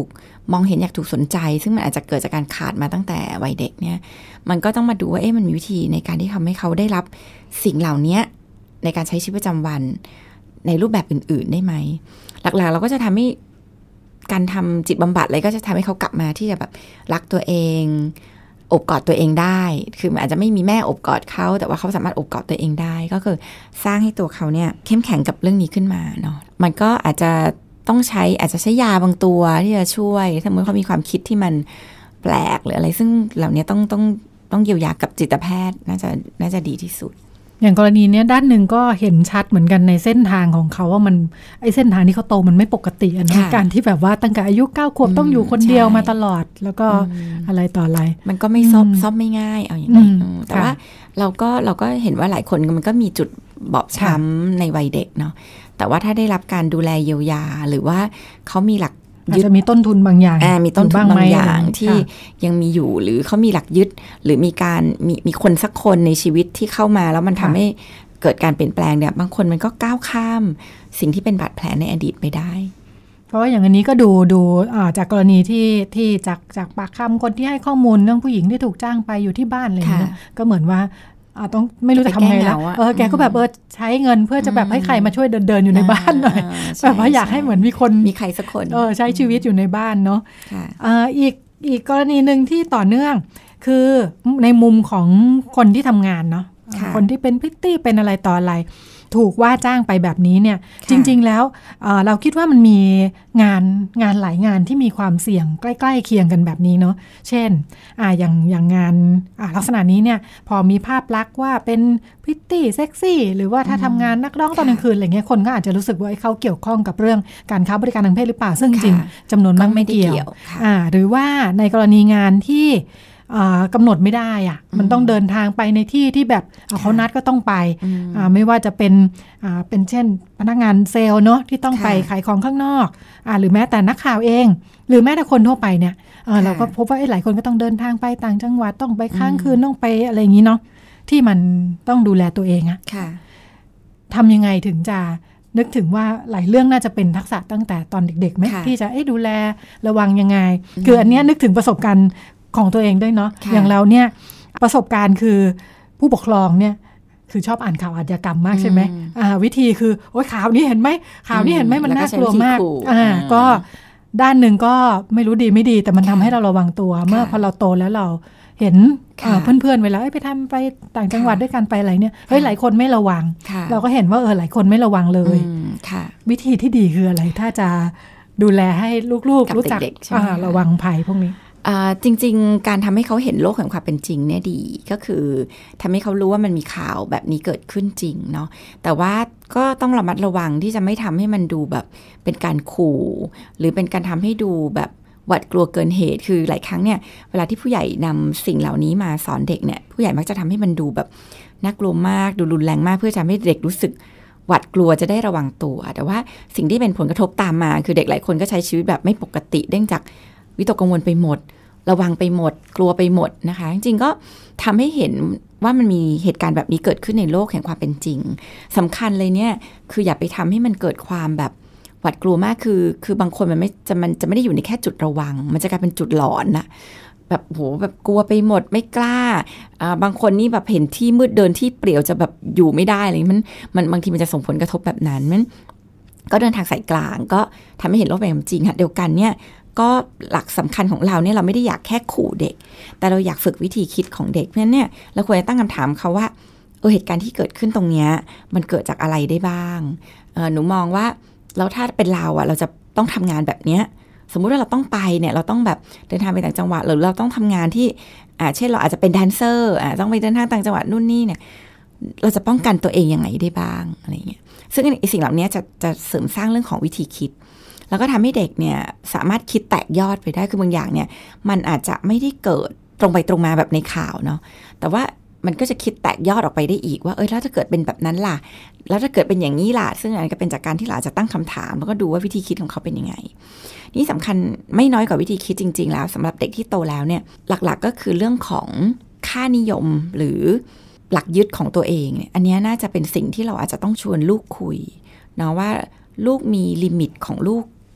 มองเห็นอยากถูกสนใจซึ่งมันอาจจะเกิดจากการขาดมาตั้งแต่วัยเด็กเนี่ยมันก็ต้องมาดูว่ามันมีวิธีในการที่ทำให้เขาได้รับสิ่งเหล่านี้ในการใช้ชีวิตประจำวันในรูปแบบอื่นๆได้ไหมหลักๆเราก็จะทำให้การทำจิตบำบัดอะไรก็จะทำให้เขากลับมาที่จะแบบรักตัวเองอบกอดตัวเองได้คือมันอาจจะไม่มีแม่อบกอดเขาแต่ว่าเขาสามารถอบกอดตัวเองได้ก็คือสร้างให้ตัวเขาเนี่ยเข้มแข็งกับเรื่องนี้ขึ้นมาเนาะมันก็อาจจะต้องอาจจะใช้ยาบางตัวที่จะช่วยถ้าเมื่อเขามีความคิดที่มันแปลกหรืออะไรซึ่งเหล่านี้ต้องเยียวยากับจิตแพทย์น่าจะดีที่สุดอย่างกรณีนี้ด้านหนึ่งก็เห็นชัดเหมือนกันในเส้นทางของเขาว่ามันไอ้เส้นทางที่เขาโตมันไม่ปกตินะการที่แบบว่าตั้งแต่อายุ9 ขวบต้องอยู่คนเดียวมาตลอดแล้วก็อะไรต่ออะไรมันก็ไม่ซ่อมไม่ง่ายเอาอย่างนี้แต่ว่าเราก็เห็นว่าหลายคนมันก็มีจุดบอบช้ำในวัยเด็กเนาะแต่ว่าถ้าได้รับการดูแลเยียวยาหรือว่าเขามีหลักอาจจะมีต้นทุนบางอย่างมีต้นทุนบางอย่างที่ยังมีอยู่หรือเขามีหลักยึดหรือมีคนสักคนในชีวิตที่เข้ามาแล้วมันทำให้เกิดการเปลี่ยนแปลงเนี่ยบางคนมันก็ก้าวข้ามสิ่งที่เป็นบาดแผลในอดีตไปได้เพราะว่าอย่างอันนี้ก็ดูจากกรณีที่จากปากคำคนที่ให้ข้อมูลเรื่องผู้หญิงที่ถูกจ้างไปอยู่ที่บ้านอะไรอย่างเงี้ยก็เหมือนว่าต้องไม่รู้จะทำไงแล้วแกก็แบบใช้เงินเพื่อจะแบบให้ใครมาช่วยเดินอยู่ในบ้านหน่อยแบบว่าอยากให้เหมือนมีใครสักคนใช้ชีวิตอยู่ในบ้านเนาะอีกกรณีนึงที่ต่อเนื่องคือในมุมของคนที่ทำงานเนาะคนที่เป็นพริตตี้เป็นอะไรต่ออะไรถูกว่าจ้างไปแบบนี้เนี่ยจริงๆแล้วเราคิดว่ามันมีงานหลายงานที่มีความเสี่ยงใกล้ๆเคียงกันแบบนี้เนาะเช่นอย่างงานลักษณะนี้เนี่ยพอมีภาพลักษณ์ว่าเป็นพริตตี้เซ็กซี่หรือว่าถ้าทำงานนักร้องตอนกลางคืนอะไรเงี้ยคนก็อาจจะรู้สึกว่าเขาเกี่ยวข้องกับเรื่องการค้าบริการทางเพศหรือเปล่าซึ่งจริงจำนวนมากไม่เกี่ยวหรือว่าในกรณีงานที่กำหนดไม่ได้มันต้องเดินทางไปในที่แบบเขานัดก็ต้องไปไม่ว่าจะเป็นเช่นพนักงานเซลล์เนาะที่ต้องไปขายของข้างนอกหรือแม้แต่นักข่าวเองหรือแม้แต่คนทั่วไปเนี่ยเราก็พบว่าหลายคนก็ต้องเดินทางไปต่างจังหวัดต้องไปค้างคืนต้องไปอะไรอย่างนี้เนาะที่มันต้องดูแลตัวเองทำยังไงถึงจะนึกถึงว่าหลายเรื่องน่าจะเป็นทักษะตั้งแต่ตอนเด็กๆไหมที่จะดูแลระวังยังไงคืออันนี้นึกถึงประสบการณ์ของตัวเองด้วยเนาะอย่างเราเนี่ยประสบการณ์คือผู้ปกครองเนี่ยคือชอบอ่านข่าวอาชญากรรมมากใช่ไหมวิธีคือโอ๊ยข่าวนี้เห็นไหมมันน่ากลัวมากก็ด้านหนึ่งก็ไม่รู้ดีไม่ดีแต่มันทำให้เราระวังตัวเมื่อพอเราโตแล้วเราเห็นเพื่อนๆเวลาไปทำไปต่างจังหวัดด้วยกันไปอะไรเนี่ยหลายคนไม่ระวังเราก็เห็นว่าหลายคนไม่ระวังเลยวิธีที่ดีคืออะไรถ้าจะดูแลให้ลูกๆรู้จักระวังภัยพวกนี้จริงๆการทำให้เขาเห็นโลกแห่งความเป็นจริงเนี่ยดีก็คือทำให้เขารู้ว่ามันมีข่าวแบบนี้เกิดขึ้นจริงเนาะแต่ว่าก็ต้องระมัดระวังที่จะไม่ทำให้มันดูแบบเป็นการขู่หรือเป็นการทำให้ดูแบบหวาดกลัวเกินเหตุคือหลายครั้งเนี่ยเวลาที่ผู้ใหญ่นำสิ่งเหล่านี้มาสอนเด็กเนี่ยผู้ใหญ่มักจะทำให้มันดูแบบน่ากลัวมากดูรุนแรงมากเพื่อจะให้เด็กรู้สึกหวาดกลัวจะได้ระวังตัวแต่ว่าสิ่งที่เป็นผลกระทบตามมาคือเด็กหลายคนก็ใช้ชีวิตแบบไม่ปกติเนื่องจากวิตกกังวลไปหมดระวังไปหมดกลัวไปหมดนะคะจริงๆก็ทำให้เห็นว่ามันมีเหตุการณ์แบบนี้เกิดขึ้นในโลกแห่งความเป็นจริงสำคัญเลยเนี่ยคืออย่าไปทำให้มันเกิดความแบบหวาดกลัวมากคือบางคนมันจะไม่ได้อยู่ในแค่จุดระวังมันจะกลายเป็นจุดหลอนนะแบบโหแบบกลัวไปหมดไม่กล้าบางคนนี่แบบเห็นที่มืดเดินที่เปลี่ยวจะแบบอยู่ไม่ได้อะไรมันบางทีมันจะส่งผลกระทบแบบนั้นมันก็เดินทางสายกลางก็ทำให้เห็นโลกแบบจริงค่ะเดียวกันเนี่ยก็หลักสำคัญของเราเนี่ยเราไม่ได้อยากแค่ขู่เด็กแต่เราอยากฝึกวิธีคิดของเด็กเพราะฉะนั้นเนี่ยเราควรจะตั้งคำถามเขาว่าเหตุการณ์ที่เกิดขึ้นตรงนี้มันเกิดจากอะไรได้บ้างหนูมองว่าแล้วถ้าเป็นเราเราจะต้องทำงานแบบนี้สมมุติว่าเราต้องไปเนี่ยเราต้องแบบเดินทางไปต่างจังหวัดหรือเราต้องทำงานที่เช่นเราอาจจะเป็นแดนเซอร์ต้องไปเดินทางต่างจังหวัดนู่นนี่เนี่ยเราจะป้องกันตัวเองยังไงได้บ้างอะไรเงี้ยซึ่งสิ่งเหล่านี้จะเสริมสร้างเรื่องของวิธีคิดแล้วก็ทำให้เด็กเนี่ยสามารถคิดแตกยอดไปได้คือบางอย่างเนี่ยมันอาจจะไม่ได้เกิดตรงไปตรงมาแบบในข่าวเนาะแต่ว่ามันก็จะคิดแตกยอดออกไปได้อีกว่าแล้วถ้าเกิดเป็นแบบนั้นล่ะแล้วถ้าเกิดเป็นอย่างนี้ล่ะซึ่งอันนี้ก็เป็นจากการที่เราจะตั้งคำถามแล้วก็ดูว่าวิธีคิดของเขาเป็นยังไงนี่สำคัญไม่น้อยกว่าวิธีคิดจริงๆแล้วสำหรับเด็กที่โตแล้วเนี่ยหลักๆก็คือเรื่องของค่านิยมหรือหลักยึดของตัวเองเนี่ยอันนี้น่าจะเป็นสิ่งที่เราอาจจะต้องชวนลูกคุยเนาะว่าลูกมีลิมิตของลูก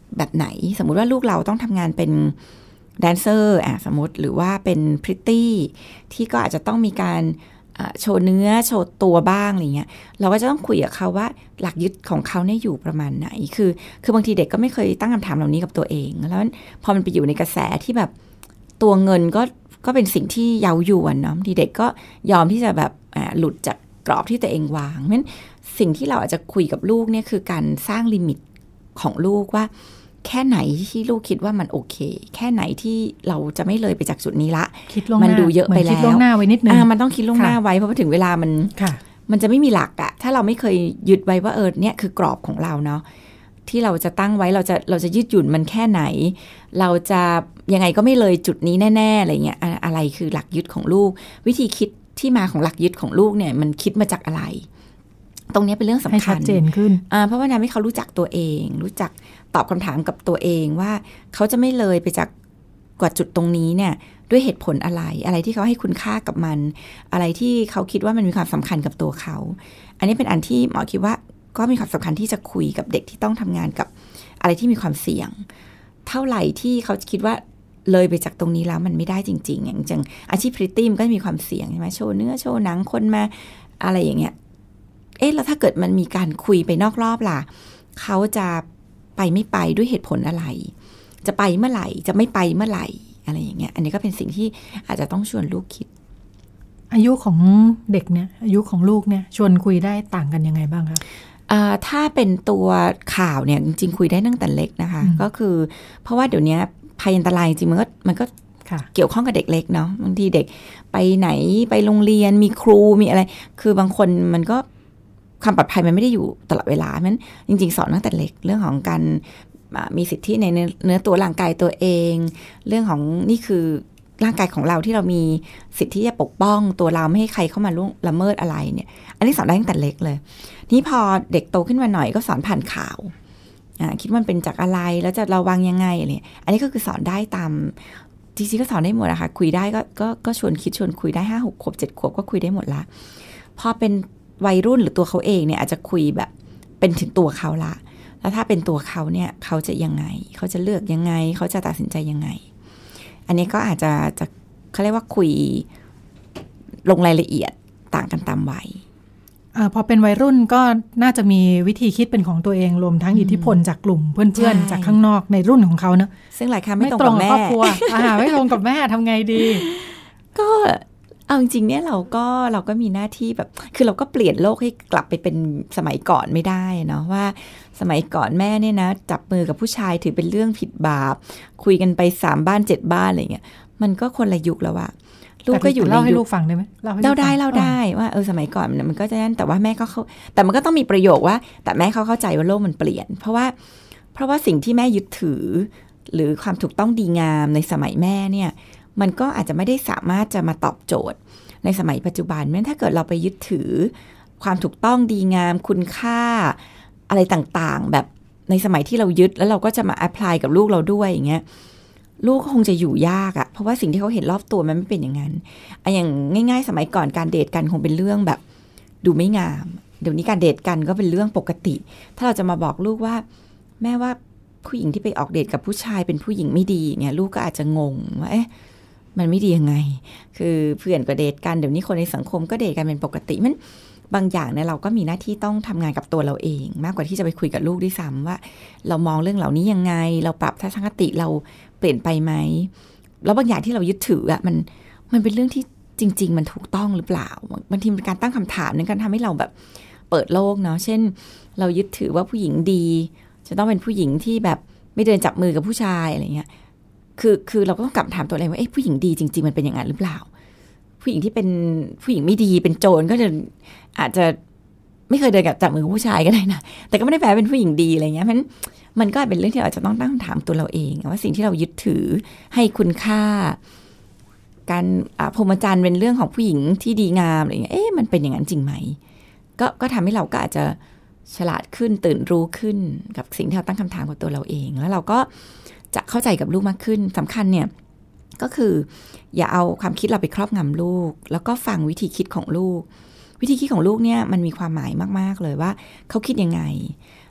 แบบไหนสมมุติว่าลูกเราต้องทำงานเป็นแดนเซอร์สมมติหรือว่าเป็นพริตตี้ที่ก็อาจจะต้องมีการโชว์เนื้อโชว์ตัวบ้างอะไรเงี้ยเราก็จะต้องคุยกับเขาว่าหลักยึดของเขาเนี่ยอยู่ประมาณไหนคือบางทีเด็กก็ไม่เคยตั้งคำถามเหล่านี้กับตัวเองแล้วพอมันไปอยู่ในกระแสที่แบบตัวเงินก็เป็นสิ่งที่เย้ายวนเนาะบางทีเด็กก็ยอมที่จะแบบหลุดจากกรอบที่ตัวเองวางเพราะฉะนั้นสิ่งที่เราอาจจะคุยกับลูกเนี่ยคือการสร้างลิมิตของลูกว่าแค่ไหนที่ลูกคิดว่ามันโอเคแค่ไหนที่เราจะไม่เลยไปจากจุดนี้ละมันดูเยอะไปแล้วคิดล่วงหน้าไว้นิดนึงมันต้องคิดล่วงหน้าไว้เพราะว่าถึงเวลามันจะไม่มีหลักอะถ้าเราไม่เคยยึดไว้ว่าเนี่ยคือกรอบของเราเนาะที่เราจะตั้งไว้เราจะยืดหยุ่นมันแค่ไหนเราจะยังไงก็ไม่เลยจุดนี้แน่ๆอะไรเงี้ยอะไรคือหลักยึดของลูกวิธีคิดที่มาของหลักยึดของลูกเนี่ยมันคิดมาจากอะไรตรงนี้เป็นเรื่องสำคัญให้ชัดเจนขึ้นเพราะว่าทำให้เขารู้จักตัวเองรู้จักตอบคำถามกับตัวเองว่าเขาจะไม่เลยไปจากกว่าจุดตรงนี้เนี่ยด้วยเหตุผลอะไรที่เขาให้คุณค่ากับมันอะไรที่เขาคิดว่ามันมีความสำคัญกับตัวเขาอันนี้เป็นอันที่หมอคิดว่าก็มีความสำคัญที่จะคุยกับเด็กที่ต้องทำงานกับอะไรที่มีความเสี่ยงเท่าไหร่ที่เขาคิดว่าเลยไปจากตรงนี้แล้วมันไม่ได้จริงๆอย่างจังอาชีพพริตตี้มันก็มีความเสี่ยงใช่ไหมโชว์เนื้อโชว์หนังคนมาอะไรอย่างเงี้ยแล้วถ้าเกิดมันมีการคุยไปนอกรอบล่ะเขาจะไปไม่ไปด้วยเหตุผลอะไรจะไปเมื่อไหร่จะไม่ไปเมื่อไหร่อะไรอย่างเงี้ยอันนี้ก็เป็นสิ่งที่อาจจะต้องชวนลูกคิดอายุของเด็กเนี่ยอายุของลูกเนี่ยชวนคุยได้ต่างกันยังไงบ้างคะถ้าเป็นตัวข่าวเนี่ยจริงๆคุยได้ตั้งแต่เล็กนะคะก็คือเพราะว่าเดี๋ยวนี้ภัยอันตรายจริงมันก็เกี่ยวข้องกับเด็กเล็กเนาะบางทีเด็กไปไหนไปโรงเรียนมีครูมีอะไรคือบางคนมันก็ความปลอดภัยมันไม่ได้อยู่ตลอดเวลาเพราะฉะนั้นจริงๆสอนตั้งแต่เล็กเรื่องของการมีสิทธิในเนื้อตัวร่างกายตัวเองเรื่องของนี่คือร่างกายของเราที่เรามีสิทธิที่จะปกป้องตัวเราไม่ให้ใครเข้ามาล่วงละเมิดอะไรเนี่ยอันนี้สอนได้ตั้งแต่เล็กเลยนี่พอเด็กโตขึ้นมาหน่อยก็สอนผ่านข่าวคิดว่ามันเป็นจากอะไรแล้วจะระวังยังไงอะไรอันนี้ก็คือสอนได้ตามจริงๆก็สอนได้หมดนะคะคุยได้ก็ชวนคิดชวนคุยได้5 6 ขวบ 7 ขวบก็คุยได้หมดละพอเป็นวัยรุ่นหรือตัวเขาเองเนี่ยอาจจะคุยแบบเป็นถึงตัวเขาละแล้วถ้าเป็นตัวเขาเนี่ยเขาจะยังไงเขาจะเลือกยังไงเขาจะตัดสินใจยังไงอันนี้ก็อาจจะเขาเรียกว่าคุยลงรายละเอียดต่างกันตามวัยพอเป็นวัยรุ่นก็น่าจะมีวิธีคิดเป็นของตัวเองรวมทั้งอิทธิพลจากกลุ่มเพื่อนๆจากข้างนอกในรุ่นของเขาเนอะซึ่งหลายครั้งไม่ตรงกับแม่ครอบครัวไม่ตรงกับแม่ทำไงดีก็เอาจริงๆเนี่ยเราก็มีหน้าที่แบบคือเราก็เปลี่ยนโลกให้กลับไปเป็นสมัยก่อนไม่ได้เนาะว่าสมัยก่อนแม่เนี่ยนะจับมือกับผู้ชายถือเป็นเรื่องผิดบาปคุยกันไป3 บ้าน 7 บ้านอะไรเงี้ยมันก็คนละยุคแล้วอะลูกก็อยู่ในยุคเล่าให้ลูกฟังได้ไหมเล่าได้ว่าสมัยก่อนมันก็จะนั่นแต่ว่าแม่ก็เขาแต่มันก็ต้องมีประโยคว่าแต่แม่เขาเข้าใจว่าโลกมันเปลี่ยนเพราะว่าสิ่งที่แม่ยึดถือหรือความถูกต้องดีงามในสมัยแม่เนี่ยมันก็อาจจะไม่ได้สามารถจะมาตอบโจทย์ในสมัยปัจจุบันถ้าเกิดเราไปยึดถือความถูกต้องดีงามคุณค่าอะไรต่างๆแบบในสมัยที่เรายึดแล้วเราก็จะมาแอพพลายกับลูกเราด้วยอย่างเงี้ยลูกก็คงจะอยู่ยากอะเพราะว่าสิ่งที่เขาเห็นรอบตัวมันไม่เป็นอย่างนั้นอย่างง่ายๆสมัยก่อนการเดทกันคงเป็นเรื่องแบบดูไม่งามเดี๋ยวนี้การเดทกันก็เป็นเรื่องปกติถ้าเราจะมาบอกลูกว่าแม่ว่าผู้หญิงที่ไปออกเดทกับผู้ชายเป็นผู้หญิงไม่ดีเนี่ยลูกก็อาจจะงงว่ามันไม่ดียังไงคือเพื่อนก็เดทกันเดี๋ยวนี้คนในสังคมก็เดทกันเป็นปกติมันบางอย่างเนี่ยเราก็มีหน้าที่ต้องทำงานกับตัวเราเองมากกว่าที่จะไปคุยกับลูกด้วยซ้ำว่าเรามองเรื่องเหล่านี้ยังไงเราปรับทัศนคติเราเปลี่ยนไปไหมแล้วบางอย่างที่เรายึดถืออ่ะมันเป็นเรื่องที่จริงๆมันถูกต้องหรือเปล่าบางทีเป็นการตั้งคำถามในการทำให้เราแบบเปิดโลกเนาะเช่นเรายึดถือว่าผู้หญิงดีจะต้องเป็นผู้หญิงที่แบบไม่เดินจับมือกับผู้ชายอะไรเงี้ยคือเราก็ต้องกลับถามตัวเองว่าผู้หญิงดีจริงๆมันเป็นอย่างนั้นหรือเปล่าผู้หญิงที่เป็นผู้หญิงไม่ดีเป็นโจรก็จะอาจจะไม่เคยเดินกับจับมือกับผู้ชายก็ได้นะแต่ก็ไม่ได้แปลเป็นผู้หญิงดีอะไรเงี้ยมันก็เป็นเรื่องที่เราจะต้องตั้งคำถามตัวเราเองว่าสิ่งที่เรายึดถือให้คุณค่าการพรหมจรรย์เป็นเรื่องของผู้หญิงที่ดีงามอะไรเงี้ยมันเป็นอย่างนั้นจริงไหมก็ทำให้เราก็อาจจะฉลาดขึ้นตื่นรู้ขึ้นกับสิ่งที่เราตั้งคำถามกับตัวเราเองแล้วเราก็จะเข้าใจกับลูกมากขึ้นสำคัญเนี่ยก็คืออย่าเอาความคิดเราไปครอบงำลูกแล้วก็ฟังวิธีคิดของลูกวิธีคิดของลูกเนี่ยมันมีความหมายมากๆเลยว่าเขาคิดยังไง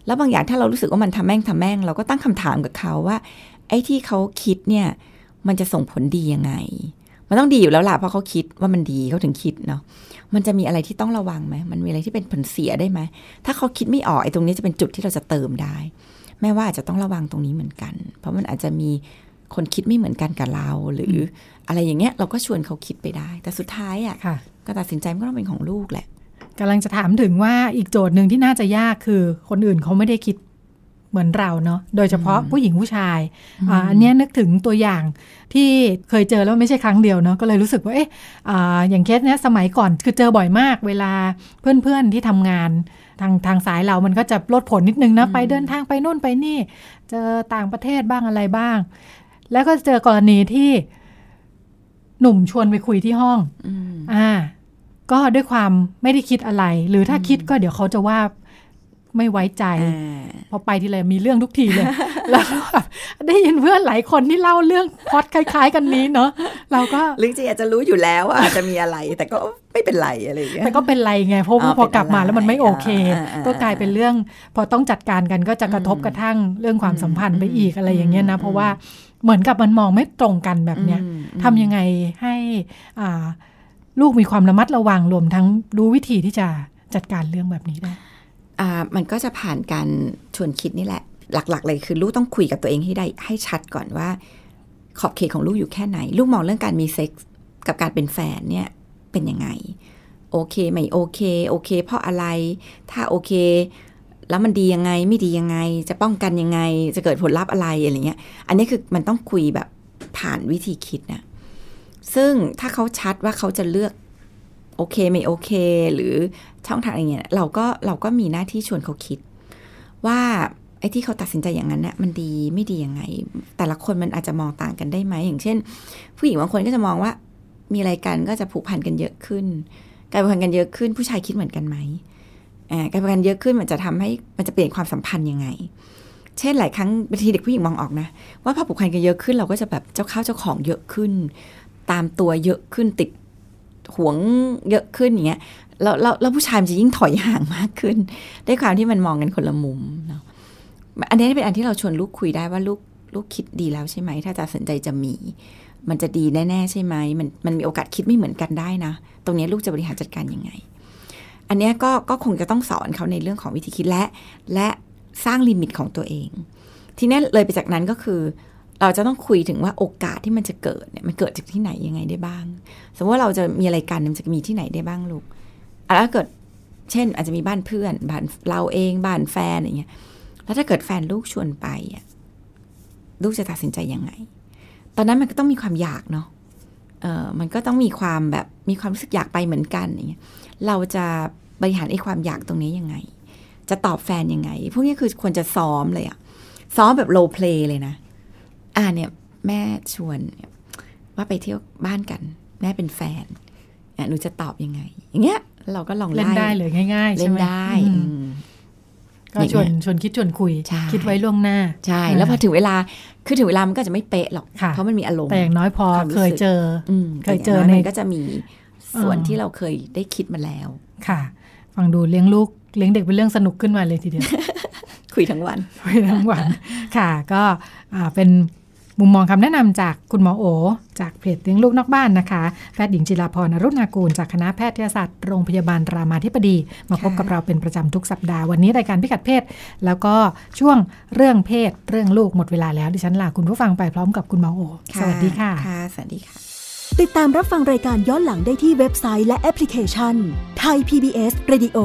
แล้วบางอย่างถ้าเรารู้สึกว่ามันทำแม่งเราก็ตั้งคำถามกับเขาว่าไอ้ที่เขาคิดเนี่ยมันจะส่งผลดียังไงมันต้องดีอยู่แล้วล่ะเพราะเขาคิดว่ามันดีเขาถึงคิดเนาะมันจะมีอะไรที่ต้องระวังไหมมันมีอะไรที่เป็นผลเสียได้ไหมถ้าเขาคิดไม่ออกไอ้ตรงนี้จะเป็นจุดที่เราจะเติมได้แม้ว่าอาจจะต้องระวังตรงนี้เหมือนกันเพราะมันอาจจะมีคนคิดไม่เหมือนกันกับเราหรืออะไรอย่างเงี้ยเราก็ชวนเขาคิดไปได้แต่สุดท้ายอ่ะก็ตัดสินใจมันก็ต้องเป็นของลูกแหละกำลังจะถามถึงว่าอีกโจทย์หนึ่งที่น่าจะยากคือคนอื่นเขาไม่ได้คิดเหมือนเราเนาะโดยเฉพาะผู้หญิงผู้ชายอันนี้นึกถึงตัวอย่างที่เคยเจอแล้วไม่ใช่ครั้งเดียวเนาะก็เลยรู้สึกว่าอย่างเคสเนี้ยสมัยก่อนคือเจอบ่อยมากเวลาเพื่อนๆที่ทำงานทางสายเรามันก็จะลดผลนิดนึงนะไปเดินทางไปโน่นไปนี่เจอต่างประเทศบ้างอะไรบ้างแล้วก็เจอกรณีที่หนุ่มชวนไปคุยที่ห้องก็ด้วยความไม่ได้คิดอะไรหรือถ้าคิดก็เดี๋ยวเขาจะว่าไม่ไว้ใจพอไปทีไรมีเรื่องทุกทีเลย แล้วแบบได้ยินเพื่อนหลายคนที่เล่าเรื่องพอดคล้ายๆกันนี้เนาะเราก็หรือจริงอาจจะรู้อยู่แล้วว่าอาจจะมีอะไรแต่ก็ไม่เป็นไรอะไรอย่างเงี้ยแต่ก็เป็นไรไงเพราะว่าพอกลับมาแล้วมันไม่โอเคก็กลายเป็นเรื่องพอต้องจัดการกันก็จะกระทบกระทั่งเรื่องความสัมพันธ์ไปอีกอะไรอย่างเงี้ยนะเพราะว่าเหมือนกับมันมองไม่ตรงกันแบบเนี้ยทำยังไงให้ลูกมีความระมัดระวังรวมทั้งรู้วิธีที่จะจัดการเรื่องแบบนี้ได้มันก็จะผ่านการชวนคิดนี่แหละหลักๆเลยคือลูกต้องคุยกับตัวเองให้ได้ให้ชัดก่อนว่าขอบเขตของลูกอยู่แค่ไหนลูกมองเรื่องการมีเซ็กส์กับการเป็นแฟนเนี่ยเป็นยังไงโอเคไม่โอเคโอเคเพราะอะไรถ้าโอเคแล้วมันดียังไงไม่ดียังไงจะป้องกันยังไงจะเกิดผลลัพธ์อะไรอะไรเงี้ยอันนี้คือมันต้องคุยแบบผ่านวิธีคิดนะซึ่งถ้าเขาชัดว่าเขาจะเลือกโอเคไม่โอเคหรือช่องทางอะไรเงี้ยเราก็มีหน้าที่ชวนเขาคิดว่าไอ้ที่เขาตัดสินใจอย่างนั้นเนี่ยมันดีไม่ดียังไงแต่ละคนมันอาจจะมองต่างกันได้ไหมอย่างเช่นผู้หญิงบางคนก็จะมองว่ามีอะไรกันก็จะผูกพันกันเยอะขึ้นการผูกพันกันเยอะขึ้นผู้ชายคิดเหมือนกันไหมการผูกพันเยอะขึ้นมันจะทำให้มันจะเปลี่ยนความสัมพันธ์ยังไงเช่นหลายครั้งบางทีเด็กผู้หญิงมองออกนะว่าพอผูกพันกันเยอะขึ้นเราก็จะแบบเจ้าข้าวเจ้าของเยอะขึ้นตามตัวเยอะขึ้นติดหวงเยอะขึ้นอย่างเงี้ยแล้วผู้ชายมันจะยิ่งถอยห่างมากขึ้นด้วยความที่มันมองกันคนละมุมเนาะอันนี้เป็นอันที่เราชวนลูกคุยได้ว่าลูกคิดดีแล้วใช่ไหมถ้าจะสนใจจะมีมันจะดีแน่ๆใช่ไหมมันมีโอกาสคิดไม่เหมือนกันได้นะตรงนี้ลูกจะบริหารจัดการยังไงอันนี้ก็คงจะต้องสอนเขาในเรื่องของวิธีคิดและสร้างลิมิตของตัวเองทีนี้เลยไปจากนั้นก็คือเราจะต้องคุยถึงว่าโอกาสที่มันจะเกิดเนี่ยมันเกิดจากที่ไหนยังไงได้บ้างสมมติว่าเราจะมีอะไรกันมันจะมีที่ไหนได้บ้างลูกแล้วเกิดเช่นอาจจะมีบ้านเพื่อนบ้านเราเองบ้านแฟนอย่างเงี้ยแล้วถ้าเกิดแฟนลูกชวนไปลูกจะตัดสินใจยังไงตอนนั้นมันก็ต้องมีความอยากเนาะมันก็ต้องมีความแบบมีความรู้สึกอยากไปเหมือนกันอย่างเงี้ยเราจะบริหารไอ้ความอยากตรงนี้ยังไงจะตอบแฟนยังไงพวกนี้คือควรจะซ้อมเลยซ้อมแบบโรลเพลย์เลยนะเนี่ยแม่ชวนว่าไปเที่ยวบ้านกันแม่เป็นแฟนหนูจะตอบยังไงอย่างเงี้ยเราก็ลองเล่นได้เลยง่ายๆใช่ไหมเล่นได้ก็ชวนคิดชวนคุยคิดไว้ล่วงหน้าใช่แล้วพอถึงเวลาคือถึงเวลามันก็จะไม่เป๊ะหรอกเพราะมันมีอารมณ์แต่อย่างน้อยพอเคยเจอในก็จะมีส่วนที่เราเคยได้คิดมาแล้วค่ะฟังดูเลี้ยงลูกเลี้ยงเด็กเป็นเรื่องสนุกขึ้นมาเลยทีเดียวคุยทั้งวันค่ะก็เป็นมุมมองคำแนะนำจากคุณหมอโอจากเพจเลี้ยงลูกนอกบ้านนะคะแพทย์หญิงจิราพร อรุณากูลจากคณะแพทยศาสตร์โรงพยาบาลรามาธิบดีมาพบกับเราเป็นประจำทุกสัปดาห์วันนี้รายการพิกัดเพศแล้วก็ช่วงเรื่องเพศเรื่องลูกหมดเวลาแล้วดิฉันลาคุณผู้ฟังไปพร้อมกับคุณหมอโอสวัสดีค่ะค่ะสวัสดีค่ะติดตามรับฟังรายการย้อนหลังได้ที่เว็บไซต์และแอปพลิเคชัน Thai PBS Radio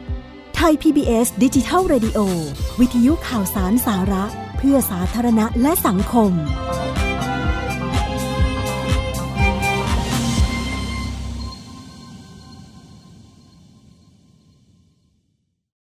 Thai PBS Digital Radio วิทยุข่าวสารสาระเพื่อสาธารณะและสังคม